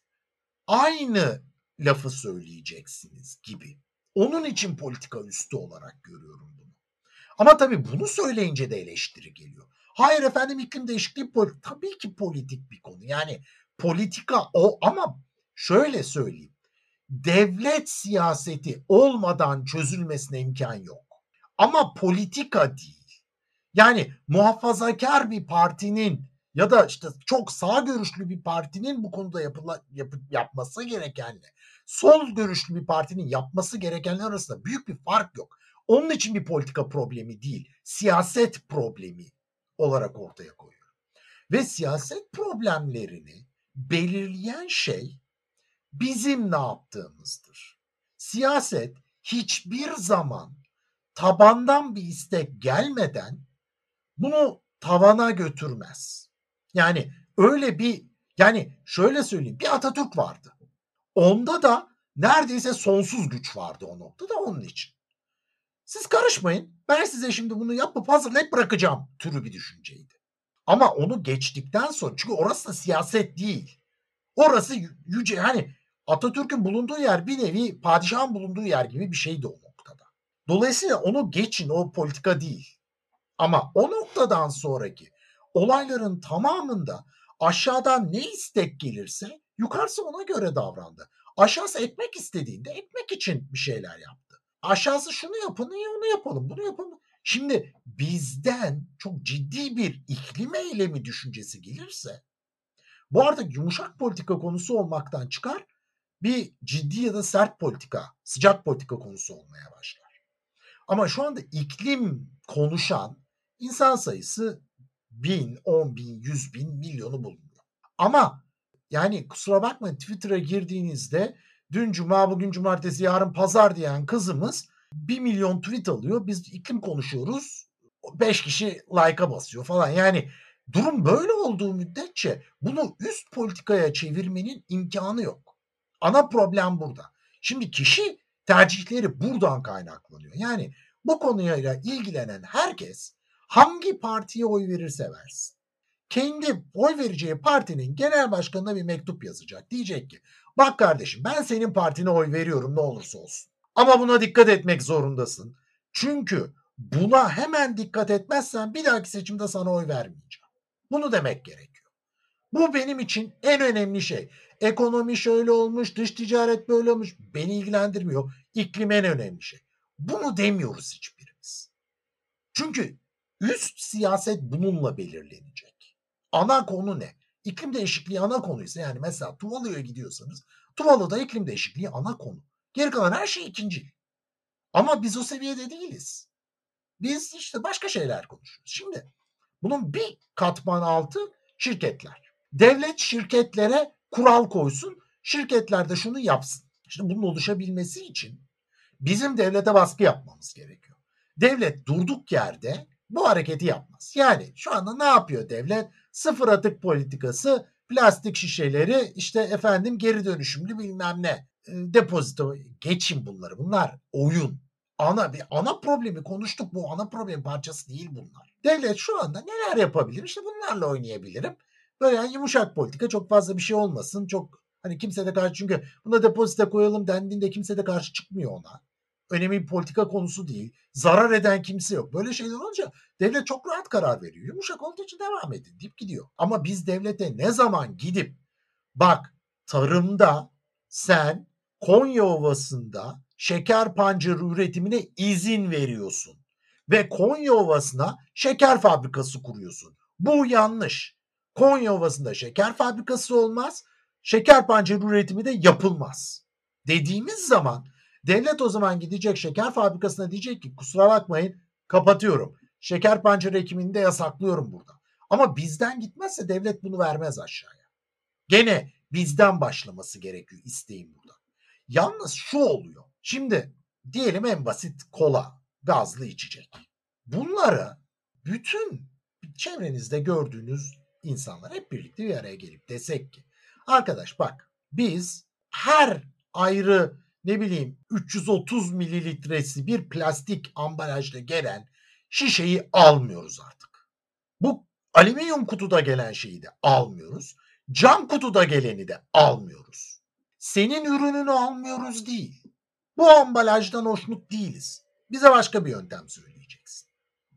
aynı lafı söyleyeceksiniz gibi. Onun için politika üstü olarak görüyorum bunu. Ama tabii bunu söyleyince de eleştiri geliyor. Hayır efendim, iklim değişikliği politik. Tabii ki politik bir konu. Yani politika o, ama şöyle söyleyeyim. Devlet siyaseti olmadan çözülmesine imkan yok. Ama politika değil. Yani muhafazakar bir partinin ya da işte çok sağ görüşlü bir partinin bu konuda yapıla, yap, yapması gerekenle sol görüşlü bir partinin yapması gerekenler arasında büyük bir fark yok. Onun için bir politika problemi değil, siyaset problemi olarak ortaya koyuyor. Ve siyaset problemlerini belirleyen şey bizim ne yaptığımızdır. Siyaset hiçbir zaman tabandan bir istek gelmeden bunu tavana götürmez. Yani öyle bir, yani şöyle söyleyeyim, bir Atatürk vardı. Onda da neredeyse sonsuz güç vardı o noktada, onun için. Siz karışmayın, ben size şimdi bunu yapıp hazırlayıp bırakacağım türü bir düşünceydi. Ama onu geçtikten sonra, çünkü orası da siyaset değil. Orası yüce, hani Atatürk'ün bulunduğu yer bir nevi padişahın bulunduğu yer gibi bir şeydi o noktada. Dolayısıyla onu geçin, o politika değil. Ama o noktadan sonraki olayların tamamında aşağıdan ne istek gelirse yukarısı ona göre davrandı. Aşağısı ekmek istediğinde ekmek için bir şeyler yaptı. Aşağısı şunu yapın, iyi onu yapalım, bunu yapalım. Şimdi bizden çok ciddi bir iklim eylemi düşüncesi gelirse bu artık yumuşak politika konusu olmaktan çıkar, bir ciddi ya da sert politika, sıcak politika konusu olmaya başlar. Ama şu anda iklim konuşan insan sayısı bin, on bin, yüz bin, milyonu bulunuyor. Ama yani kusura bakmayın, Twitter'a girdiğinizde dün cuma, bugün cumartesi, yarın pazar diyen kızımız bir milyon tweet alıyor. Biz iklim konuşuyoruz, beş kişi like'a basıyor falan. Yani durum böyle olduğu müddetçe bunu üst politikaya çevirmenin imkanı yok. Ana problem burada. Şimdi kişi tercihleri buradan kaynaklanıyor. Yani Bu konuyla ilgilenen herkes hangi partiye oy verirse versin, kendi oy vereceği partinin genel başkanına bir mektup yazacak. Diyecek ki bak kardeşim, ben senin partine oy veriyorum ne olursa olsun. Ama buna dikkat etmek zorundasın. Çünkü buna hemen dikkat etmezsen bir dahaki seçimde sana oy vermeyeceğim. Bunu demek gerekiyor. Bu benim için en önemli şey. Ekonomi şöyle olmuş, dış ticaret böyle olmuş. Beni ilgilendirmiyor. İklim en önemli şey. Bunu demiyoruz hiçbirimiz. Çünkü üst siyaset bununla belirlenecek. Ana konu ne? İklim değişikliği ana konuysa, yani mesela Tuvalu'ya gidiyorsanız Tuvalu'da iklim değişikliği ana konu. Geri kalan her şey ikinci. Ama biz o seviyede değiliz. Biz işte başka şeyler konuşuyoruz. Şimdi bunun bir katman altı şirketler. Devlet şirketlere kural koysun. Şirketler de şunu yapsın. İşte bunun oluşabilmesi için bizim devlete baskı yapmamız gerekiyor. Devlet durduk yerde bu hareketi yapmaz. Yani şu anda ne yapıyor devlet? Sıfır atık politikası, plastik şişeleri, işte efendim geri dönüşümlü bilmem ne, e, depozito, geçin bunları. Bunlar oyun. Ana bir ana problemi konuştuk. Bu ana problemin parçası değil bunlar. Devlet şu anda neler yapabilir? İşte bunlarla oynayabilirim. Böyle yani yumuşak politika, çok fazla bir şey olmasın. Çok hani kimse de karşı, çünkü buna depozito koyalım dendiğinde kimse de karşı çıkmıyor ona. Önemli bir politika konusu değil. Zarar eden kimse yok. Böyle şeyler olunca devlet çok rahat karar veriyor. Yumuşak olduğu için devam edin deyip gidiyor. Ama biz devlete ne zaman gidip bak tarımda sen Konya Ovası'nda şeker pancarı üretimine izin veriyorsun ve Konya Ovası'na şeker fabrikası kuruyorsun. Bu yanlış. Konya Ovası'nda şeker fabrikası olmaz, şeker pancarı üretimi de yapılmaz dediğimiz zaman devlet o zaman gidecek şeker fabrikasına, diyecek ki kusura bakmayın, kapatıyorum. Şeker pancarı ekimini de yasaklıyorum burada. Ama bizden gitmezse devlet bunu vermez aşağıya. Gene bizden başlaması gerekiyor isteğin burada. Yalnız şu oluyor. Şimdi diyelim en basit kola, gazlı içecek. Bunları bütün çevrenizde gördüğünüz insanlar hep birlikte bir araya gelip desek ki arkadaş bak, biz her ayrı ne bileyim üç yüz otuz mililitresi bir plastik ambalajda gelen şişeyi almıyoruz artık. Bu alüminyum kutuda gelen şeyi de almıyoruz. Cam kutuda geleni de almıyoruz. Senin ürününü almıyoruz değil. Bu ambalajdan hoşnut değiliz. Bize başka bir yöntem söyleyeceksin.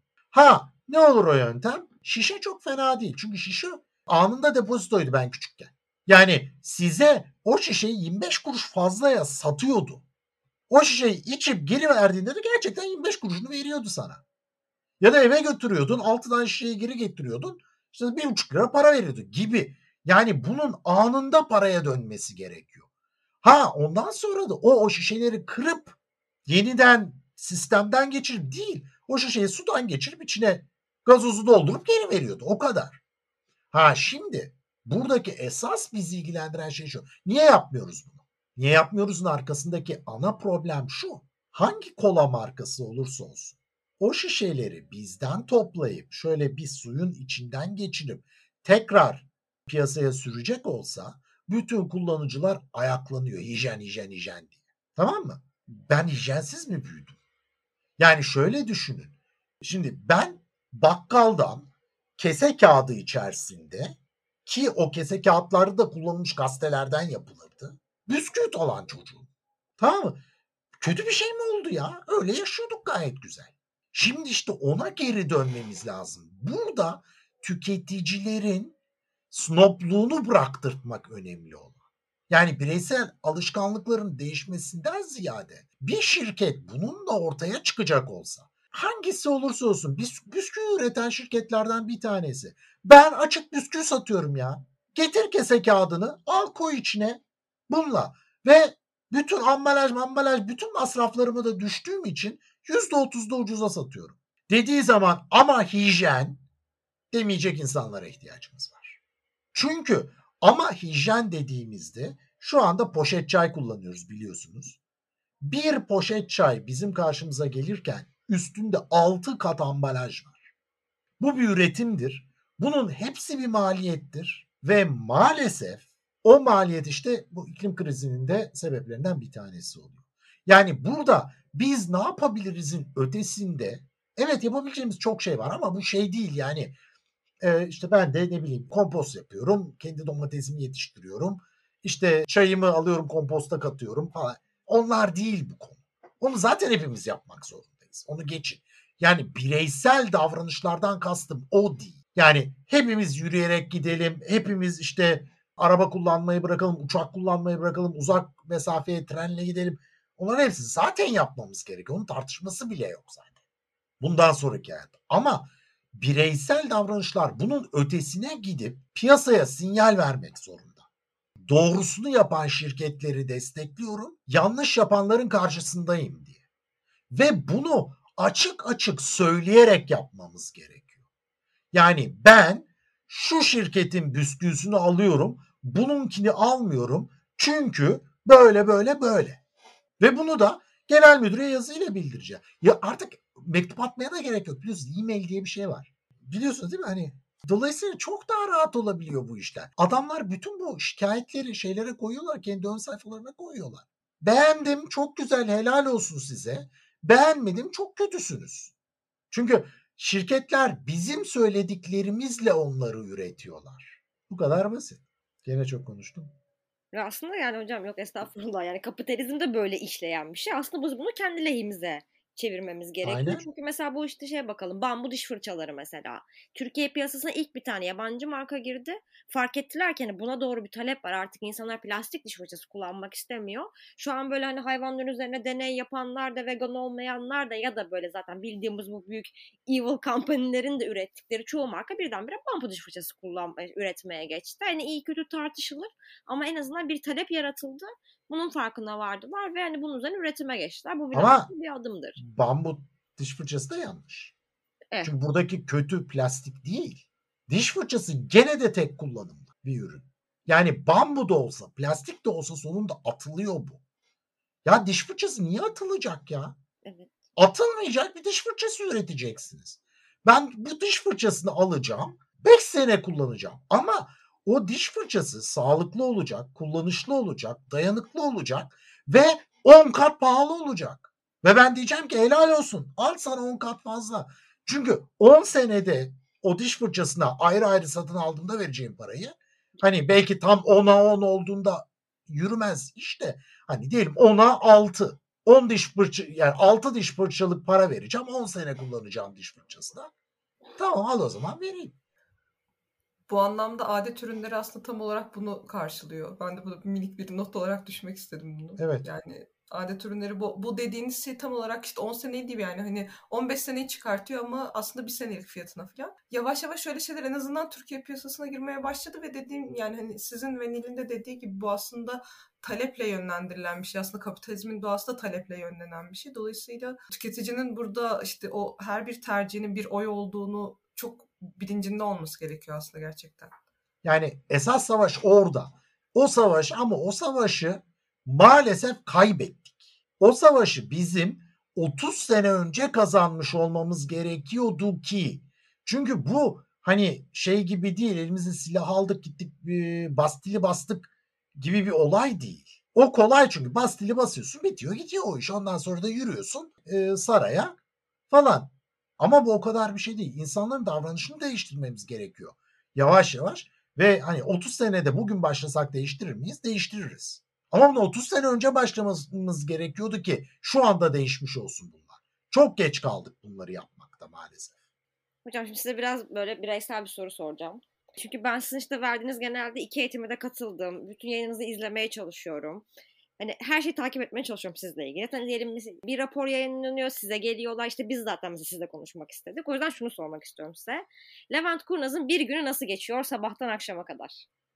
Ha, ne olur o yöntem? Şişe çok fena değil. Çünkü şişe anında depozitoydu ben küçükken. Yani size o şişeyi yirmi beş kuruş fazlaya satıyordu. O şişeyi içip geri verdiğinde de gerçekten yirmi beş kuruşunu veriyordu sana. Ya da eve götürüyordun, altı tane şişeyi geri getiriyordun. İşte bir buçuk lira para veriyordu gibi. Yani bunun anında paraya dönmesi gerekiyor. Ha, ondan sonra da o, o şişeleri kırıp yeniden sistemden geçirip değil, o şişeyi sudan geçirip içine gazozu doldurup geri veriyordu. O kadar. Ha şimdi buradaki esas bizi ilgilendiren şey şu. Niye yapmıyoruz bunu? Niye yapmıyoruzun arkasındaki ana problem şu. Hangi kola markası olursa olsun o şişeleri bizden toplayıp şöyle bir suyun içinden geçirip tekrar piyasaya sürecek olsa bütün kullanıcılar ayaklanıyor. Hijyen, hijyen, hijyen diye. Tamam mı? Ben hijyensiz mi büyüdüm? Yani şöyle düşünün. Şimdi ben bakkaldan kese kağıdı içerisinde, ki o kese kağıtları da kullanılmış gazetelerden yapılırdı, bisküvit alan çocuğum. Tamam mı? Kötü bir şey mi oldu ya? Öyle yaşıyorduk gayet güzel. Şimdi işte ona geri dönmemiz lazım. Burada tüketicilerin snobluğunu bıraktırmak önemli olan. Yani bireysel alışkanlıkların değişmesinden ziyade bir şirket bununla ortaya çıkacak olsa, hangisi olursa olsun bisküvi üreten şirketlerden bir tanesi, ben açık bisküvi satıyorum ya, getir kese kağıdını, al koy içine bununla ve bütün ambalaj ambalaj bütün masraflarımı da düştüğüm için yüzde otuz da ucuza satıyorum dediği zaman, ama hijyen demeyecek insanlara ihtiyacımız var. Çünkü ama hijyen dediğimizde şu anda poşet çay kullanıyoruz biliyorsunuz. Bir poşet çay bizim karşımıza gelirken üstünde altı kat ambalaj var. Bu bir üretimdir. Bunun hepsi bir maliyettir ve maalesef o maliyet işte bu iklim krizinin de sebeplerinden bir tanesi oluyor. Yani burada biz ne yapabilirizin ötesinde, evet yapabileceğimiz çok şey var ama bu şey değil yani. Ee, işte ben de ne bileyim kompost yapıyorum, kendi domatesimi yetiştiriyorum, işte çayımı alıyorum komposta katıyorum falan. Onlar değil bu konu. Onu zaten hepimiz yapmak zorundayız. Onu geçin. Yani bireysel davranışlardan kastım o değil. Yani hepimiz yürüyerek gidelim, hepimiz işte araba kullanmayı bırakalım, uçak kullanmayı bırakalım, uzak mesafeye trenle gidelim. Onların hepsini zaten yapmamız gerekiyor. Onun tartışması bile yok zaten. Bundan sonraki hayat. Ama bireysel davranışlar bunun ötesine gidip piyasaya sinyal vermek zorunda. Doğrusunu yapan şirketleri destekliyorum, yanlış yapanların karşısındayım diye. Ve bunu açık açık söyleyerek yapmamız gerekiyor. Yani ben şu şirketin bisküvisini alıyorum, bununkini almıyorum çünkü böyle böyle böyle. Ve bunu da genel müdüre yazıyla bildireceğim. Ya artık mektup atmaya da gerek yok. Biliyorsunuz e-mail diye bir şey var. Biliyorsunuz değil mi? Hani dolayısıyla çok daha rahat olabiliyor bu işler. Adamlar bütün bu şikayetleri şeylere koyuyorlar. Kendi ön sayfalarına koyuyorlar. Beğendim, çok güzel, helal olsun size. Beğenmedim, çok kötüsünüz. Çünkü şirketler bizim söylediklerimizle onları üretiyorlar. Bu kadar basit. Gene çok konuştum. Ve aslında yani hocam yok estağfurullah yani kapitalizm de böyle işleyen bir şey. Aslında biz bunu kendi lehimize çevirmemiz gerekiyor. Aynen. Çünkü mesela bu işte şeye bakalım. Bambu diş fırçaları mesela. Türkiye piyasasına ilk bir tane yabancı marka girdi. Fark ettiler ki hani buna doğru bir talep var. Artık insanlar plastik diş fırçası kullanmak istemiyor. Şu an böyle hani hayvanların üzerine deney yapanlar da vegan olmayanlar da ya da böyle zaten bildiğimiz bu büyük evil company'lerin de ürettikleri çoğu marka birdenbire bambu diş fırçası kullanmaya, üretmeye geçti. Yani iyi kötü tartışılır ama en azından bir talep yaratıldı. Bunun farkına vardılar ve hani bunun üzerine üretime geçtiler. Bu biraz Ama bir adımdır. bambu diş fırçası da yanlış. Evet. Çünkü buradaki kötü plastik değil. Diş fırçası gene de tek kullanımlı bir ürün. Yani bambu da olsa, plastik de olsa sonunda atılıyor bu. Ya diş fırçası niye atılacak ya? Evet. Atılmayacak bir diş fırçası üreteceksiniz. Ben bu diş fırçasını alacağım, beş sene kullanacağım. Ama o diş fırçası sağlıklı olacak, kullanışlı olacak, dayanıklı olacak ve on kat pahalı olacak. Ve ben diyeceğim ki helal olsun, al sana on kat fazla. Çünkü on senede o diş fırçasına ayrı ayrı satın aldığımda vereceğim parayı, hani belki tam ona on olduğunda yürümez işte. Hani diyelim ona altı. on diş fırça, yani altı diş fırçalık para vereceğim. on sene kullanacağım diş fırçasına. Tamam al o zaman vereyim. Bu anlamda adet ürünleri aslında tam olarak bunu karşılıyor. Ben de burada minik bir not olarak düşmek istedim bunu. Evet. Yani adet ürünleri bu, bu dediğiniz şey tam olarak işte on seneyi değil yani hani on beş seneyi çıkartıyor ama aslında bir senelik fiyatına falan. Yavaş yavaş şöyle şeyler en azından Türkiye piyasasına girmeye başladı ve dediğim yani hani sizin ve Nil'in de dediği gibi bu aslında taleple yönlendirilen bir şey. Aslında kapitalizmin doğası da taleple yönlenen bir şey. Dolayısıyla tüketicinin burada işte o her bir tercihinin bir oy olduğunu çok bilincinde olması gerekiyor aslında gerçekten. Yani esas savaş orada. O savaş ama o savaşı maalesef kaybettik. O savaşı bizim otuz sene önce kazanmış olmamız gerekiyordu ki. Çünkü bu hani şey gibi değil, elimizde silah aldık gittik Bastil'i bastık gibi bir olay değil. O kolay çünkü Bastil'i basıyorsun bitiyor gidiyor o iş. Ondan sonra da yürüyorsun e, saraya falan. Ama bu o kadar bir şey değil. İnsanların davranışını değiştirmemiz gerekiyor. Yavaş yavaş ve hani otuz senede bugün başlasak değiştirir miyiz? Değiştiririz. Ama bunu otuz sene önce başlamamız gerekiyordu ki şu anda değişmiş olsun bunlar. Çok geç kaldık bunları yapmakta maalesef. Hocam şimdi size biraz böyle bireysel bir soru soracağım. Çünkü ben sizin işte verdiğiniz genelde iki eğitime de katıldım. Bütün yayınınızı izlemeye çalışıyorum. Hani her şeyi takip etmeye çalışıyorum sizle ilgili. Hani diyelim bir rapor yayınlanıyor, size geliyorlar. İşte biz zaten mesela sizle konuşmak istedik. O yüzden şunu sormak istiyorum size. Levent Kurnaz'ın bir günü nasıl geçiyor sabahtan akşama kadar?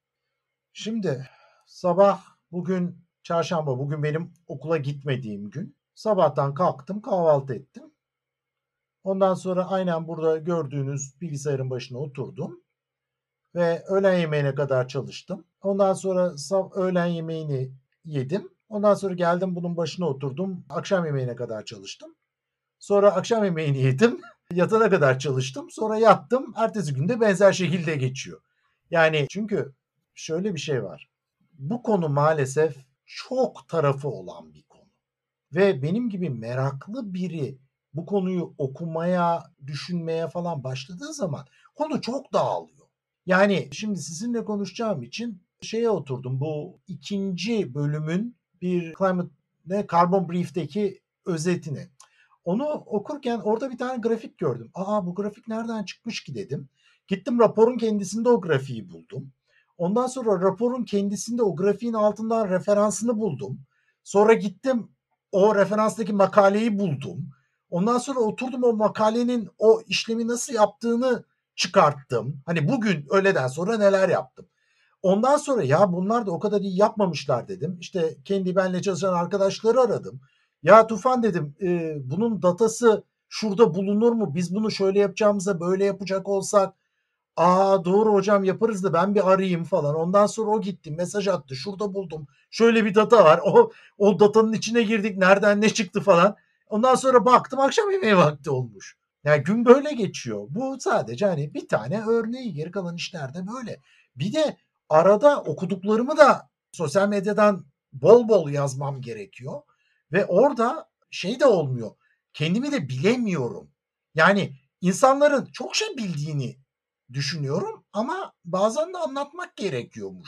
Şimdi sabah bugün çarşamba, bugün benim okula gitmediğim gün. Sabahtan kalktım, kahvaltı ettim. Ondan sonra aynen burada gördüğünüz bilgisayarın başına oturdum. Ve öğlen yemeğine kadar çalıştım. Ondan sonra öğlen yemeğini yedim. Ondan sonra geldim bunun başına oturdum. Akşam yemeğine kadar çalıştım. Sonra akşam yemeğini yedim. Yatana kadar çalıştım. Sonra yattım. Ertesi günde benzer şekilde geçiyor. Yani çünkü şöyle bir şey var. Bu konu maalesef çok tarafı olan bir konu. ve benim gibi meraklı biri bu konuyu okumaya, düşünmeye falan başladığı zaman konu çok dağılıyor. Yani şimdi sizinle konuşacağım için şeye oturdum, bu ikinci bölümün bir Climate ne Carbon Brief'teki özetini. Onu okurken orada bir tane grafik gördüm. Aa, bu grafik nereden çıkmış ki dedim. Gittim raporun kendisinde o grafiği buldum. Ondan sonra raporun kendisinde o grafiğin altından referansını buldum. Sonra gittim o referanstaki makaleyi buldum. Ondan sonra oturdum o makalenin o işlemi nasıl yaptığını çıkarttım. Hani bugün öğleden sonra neler yaptım. Ondan sonra ya bunlar da o kadar iyi yapmamışlar dedim. İşte kendi benle çalışan arkadaşları aradım. Ya Tufan dedim, e, bunun datası şurada bulunur mu? Biz bunu şöyle yapacağımıza böyle yapacak olsak. Aa, doğru hocam, yaparız da ben bir arayayım falan. Ondan sonra o gitti, mesaj attı. Şurada buldum. Şöyle bir data var. O o datanın içine girdik. Nereden ne çıktı falan. Ondan sonra baktım akşam yemeği vakti olmuş. Yani gün böyle geçiyor. Bu sadece hani bir tane örneği. Geri kalan işlerde böyle. Bir de arada okuduklarımı da sosyal medyadan bol bol yazmam gerekiyor. Ve orada şey de olmuyor. Kendimi de bilemiyorum. Yani insanların çok şey bildiğini düşünüyorum ama bazen de anlatmak gerekiyormuş.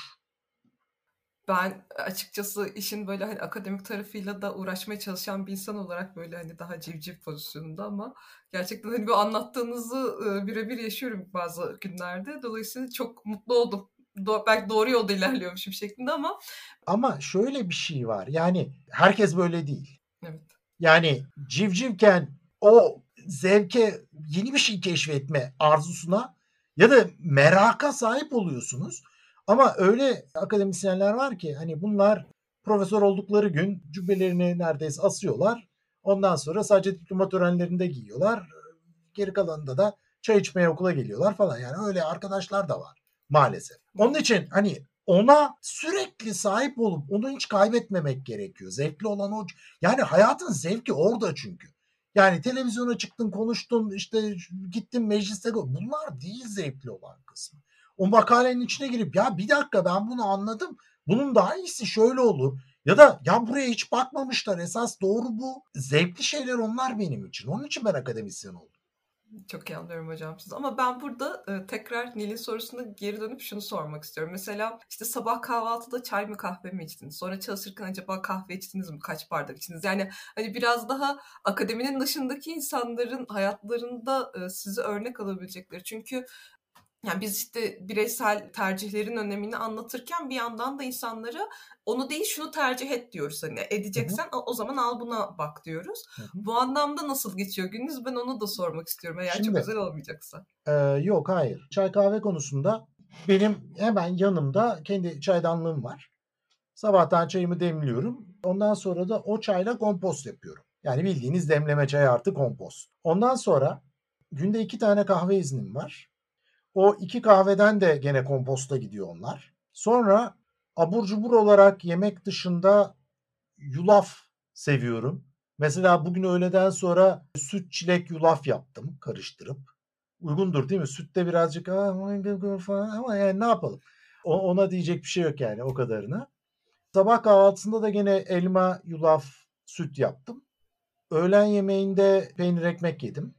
Ben açıkçası işin böyle hani akademik tarafıyla da uğraşmaya çalışan bir insan olarak böyle hani daha civciv pozisyonunda ama gerçekten hani bu anlattığınızı e, birebir yaşıyorum bazı günlerde. Dolayısıyla çok mutlu oldum. Do- belki doğru yolda ilerliyormuşum şeklinde ama Ama şöyle bir şey var. Yani herkes böyle değil. evet. Yani civcivken o zevke, yeni bir şey keşfetme arzusuna ya da meraka sahip oluyorsunuz. Ama öyle akademisyenler var ki hani bunlar profesör oldukları gün cübbelerini neredeyse asıyorlar. Ondan sonra sadece diploma törenlerinde giyiyorlar. Geri kalanında da çay içmeye okula geliyorlar falan. Yani öyle arkadaşlar da var maalesef. Onun için hani ona sürekli sahip olup onu hiç kaybetmemek gerekiyor. Zevkli olan o. Yani hayatın zevki orada çünkü. Yani televizyona çıktın, konuştun, işte gittin mecliste. Bunlar değil zevkli olan kısmı. O makalenin içine girip ya bir dakika ben bunu anladım. Bunun daha iyisi şöyle olur. Ya da ya buraya hiç bakmamışlar. Esas doğru bu. Zevkli şeyler onlar benim için. Onun için ben akademisyen oldum. Çok iyi anlıyorum hocam siz. Ama ben burada e, tekrar Nil'in sorusuna geri dönüp şunu sormak istiyorum. Mesela işte sabah kahvaltıda çay mı kahve mi içtiniz? Sonra çalışırken acaba kahve içtiniz mi? Kaç bardak içtiniz? Yani hani biraz daha akademinin dışındaki insanların hayatlarında e, sizi örnek alabilecekleri. Çünkü yani biz işte bireysel tercihlerin önemini anlatırken bir yandan da insanlara onu değil şunu tercih et diyoruz. Hani edeceksen o, o zaman al buna bak diyoruz. Hı hı. Bu anlamda nasıl geçiyor gününüz? Ben onu da sormak istiyorum eğer çok Şimdi özel olmayacaksa. e, yok hayır. Çay kahve konusunda benim hemen yanımda kendi çaydanlığım var. Sabahtan çayımı demliyorum. Ondan sonra da o çayla kompost yapıyorum. Yani bildiğiniz demleme çay artı kompost. Ondan sonra günde iki tane kahve iznim var. O iki kahveden de gene komposta gidiyor onlar. Sonra abur cubur olarak yemek dışında yulaf seviyorum. Mesela bugün öğleden sonra süt çilek yulaf yaptım karıştırıp. Uygundur değil mi? Sütte birazcık "Aa, falan ama yani ne yapalım? O- Ona diyecek bir şey yok yani o kadarına. Sabah kahvaltısında da gene elma, yulaf, süt yaptım. Öğlen yemeğinde peynir ekmek yedim.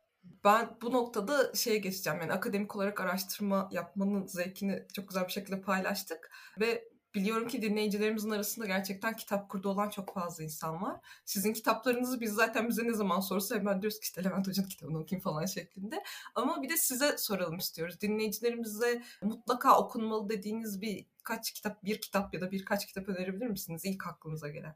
Ben bu noktada şeye geçeceğim. Yani akademik olarak araştırma yapmanın zevkini çok güzel bir şekilde paylaştık. Ve biliyorum ki dinleyicilerimizin arasında gerçekten kitap kurdu olan çok fazla insan var. Sizin kitaplarınızı biz zaten bize ne zaman sorsa hemen diyoruz ki işte Levent Hoca'nın kitabını okuyayım falan şeklinde. Ama bir de size soralım istiyoruz. Dinleyicilerimize mutlaka okunmalı dediğiniz bir kaç kitap, bir kitap ya da birkaç kitap önerebilir misiniz? İlk aklınıza gelen.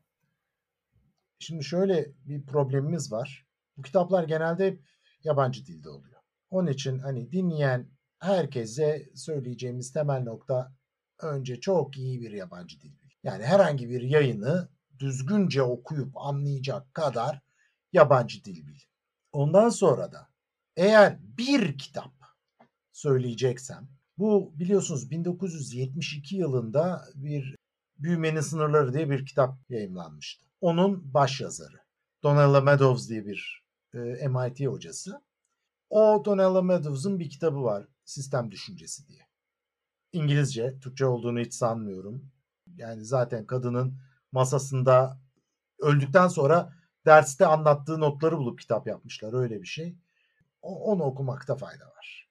Şimdi şöyle bir problemimiz var. Bu kitaplar genelde hep yabancı dilde oluyor. Onun için hani dinleyen herkese söyleyeceğimiz temel nokta önce çok iyi bir yabancı dil bil. Yani herhangi bir yayını düzgünce okuyup anlayacak kadar yabancı dil bil. Ondan sonra da eğer bir kitap söyleyeceksem bu biliyorsunuz bin dokuz yüz yetmiş iki yılında bir Büyümenin Sınırları diye bir kitap yayımlanmıştı. Onun başyazarı Donella Meadows diye bir e, M I T hocası. O Donella Meadows'un bir kitabı var Sistem Düşüncesi diye. İngilizce, Türkçe olduğunu hiç sanmıyorum. Yani zaten kadının masasında öldükten sonra derste anlattığı notları bulup kitap yapmışlar, öyle bir şey. O, onu okumakta fayda var.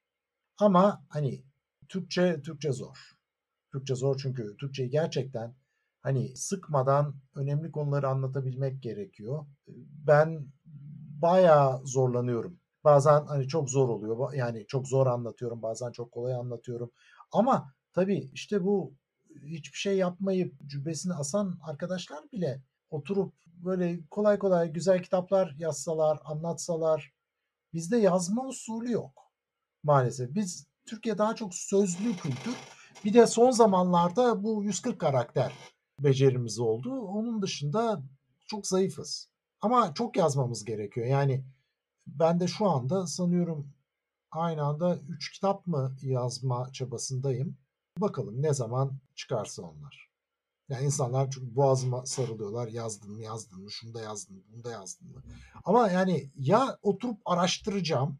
Ama hani Türkçe Türkçe zor. Türkçe zor çünkü Türkçeyi gerçekten hani sıkmadan önemli konuları anlatabilmek gerekiyor. Ben bayağı zorlanıyorum. Bazen hani çok zor oluyor. Yani çok zor anlatıyorum. Bazen çok kolay anlatıyorum. Ama tabii işte bu hiçbir şey yapmayıp cübbesini asan arkadaşlar bile oturup böyle kolay kolay güzel kitaplar yazsalar, anlatsalar. Bizde yazma usulü yok maalesef. Biz Türkiye daha çok sözlü kültür. Bir de son zamanlarda bu yüz kırk karakter becerimiz oldu. Onun dışında çok zayıfız. Ama çok yazmamız gerekiyor. Yani ben de şu anda sanıyorum aynı anda üç kitap mı yazma çabasındayım. Bakalım ne zaman çıkarsa onlar. Yani insanlar çünkü boğazıma sarılıyorlar. Yazdın mı, yazdın mı, şunu da yazdın mı, bunu da yazdın mı? Ama yani ya oturup araştıracağım,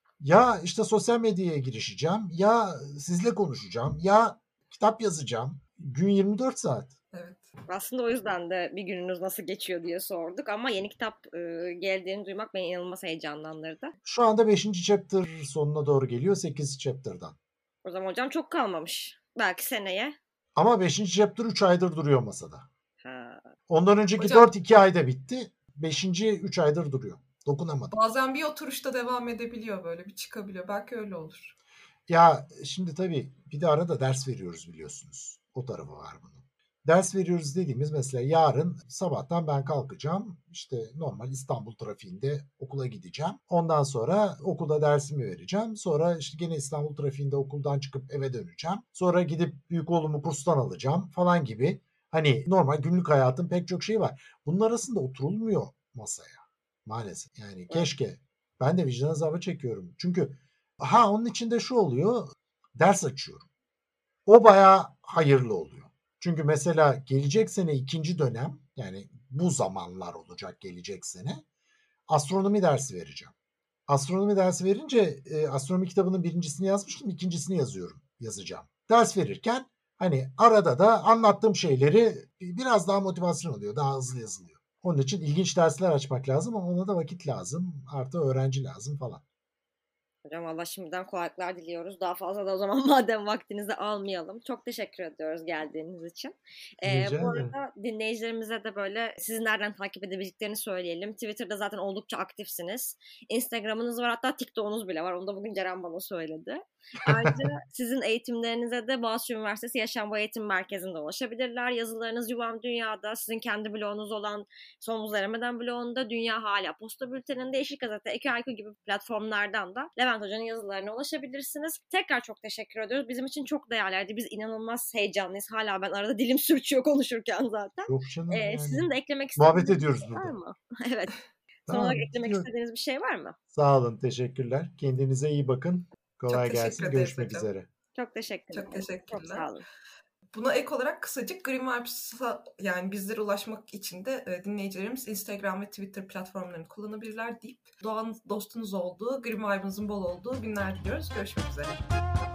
ya işte sosyal medyaya girişeceğim, ya sizle konuşacağım, ya kitap yazacağım. Gün yirmi dört saat. Evet. Aslında o yüzden de bir gününüz nasıl geçiyor diye sorduk ama yeni kitap e, geldiğini duymak beni inanılmaz heyecanlandırdı. Şu anda beşinci chapter sonuna doğru geliyor, sekizinci chapter'dan. O zaman hocam çok kalmamış. Belki seneye. Ama beşinci chapter üç aydır duruyor masada. Ha. Ondan önceki hocam, dört iki ayda bitti. beşinci üç aydır duruyor. Dokunamadım. Bazen bir oturuşta devam edebiliyor, böyle bir çıkabiliyor. Belki öyle olur. Ya şimdi tabii bir de arada ders veriyoruz biliyorsunuz. O tarafı var bunun. Ders veriyoruz dediğimiz mesela yarın sabahtan ben kalkacağım. İşte normal İstanbul trafiğinde okula gideceğim. Ondan sonra okulda dersimi vereceğim. Sonra işte gene İstanbul trafiğinde okuldan çıkıp eve döneceğim. Sonra gidip büyük oğlumu kurstan alacağım falan gibi. Hani normal günlük hayatın pek çok şeyi var. Bunun arasında oturulmuyor masaya maalesef. Yani keşke. Ben de vicdan azabı çekiyorum. Çünkü ha onun içinde şu oluyor. Ders açıyorum. O bayağı hayırlı oluyor. Çünkü mesela gelecek sene ikinci dönem, yani bu zamanlar olacak gelecek sene, astronomi dersi vereceğim. Astronomi dersi verince e, astronomi kitabının birincisini yazmıştım, ikincisini yazıyorum, yazacağım. Ders verirken hani arada da anlattığım şeyleri biraz daha motivasyon oluyor, daha hızlı yazılıyor. Onun için ilginç dersler açmak lazım ama ona da vakit lazım, artı öğrenci lazım falan. Hocam Allah şimdiden kolaylıklar diliyoruz. Daha fazla da o zaman madem vaktinizi almayalım. Çok teşekkür ediyoruz geldiğiniz için. Ee, bu arada dinleyicilerimize de böyle sizi nereden takip edebileceklerini söyleyelim. Twitter'da zaten oldukça aktifsiniz. Instagram'ınız var, hatta TikTok'unuz bile var. Onu da bugün Ceren bana söyledi. Ayrıca sizin eğitimlerinize de Boğaziçi Üniversitesi Yaşam Boyu Eğitim Merkezi'nde ulaşabilirler. Yazılarınız Yuvam Dünya'da, sizin kendi blogunuz olan Son Buzlar Erimeden blogunda, Dünya Hala Posta Bülteni'nde, Yeşil Gazete, Eki Ayku gibi platformlardan da Levent Hoca'nın yazılarına ulaşabilirsiniz. Tekrar çok teşekkür ediyoruz. Bizim için çok değerliydi. Biz inanılmaz heyecanlıyız. Hala ben arada dilim sürçüyor konuşurken zaten. Yok canım Ee, yani. Sizin de eklemek istediğiniz muhabbet ediyoruz var burada. mı? Evet. Son Tamam, olarak eklemek gidiyorum. istediğiniz bir şey var mı? Sağ olun, teşekkürler. Kendinize iyi bakın. Kolay Çok gelsin. Görüşmek hocam. üzere. Çok teşekkür ederim. Çok teşekkürler. Çok sağ olun. Buna ek olarak kısacık Green Vibes'a, yani bizlere ulaşmak için de e, dinleyicilerimiz Instagram ve Twitter platformlarını kullanabilirler deyip doğanın dostunuz olduğu, Green Vibes'ın bol olduğu günler diliyoruz. Görüşmek üzere.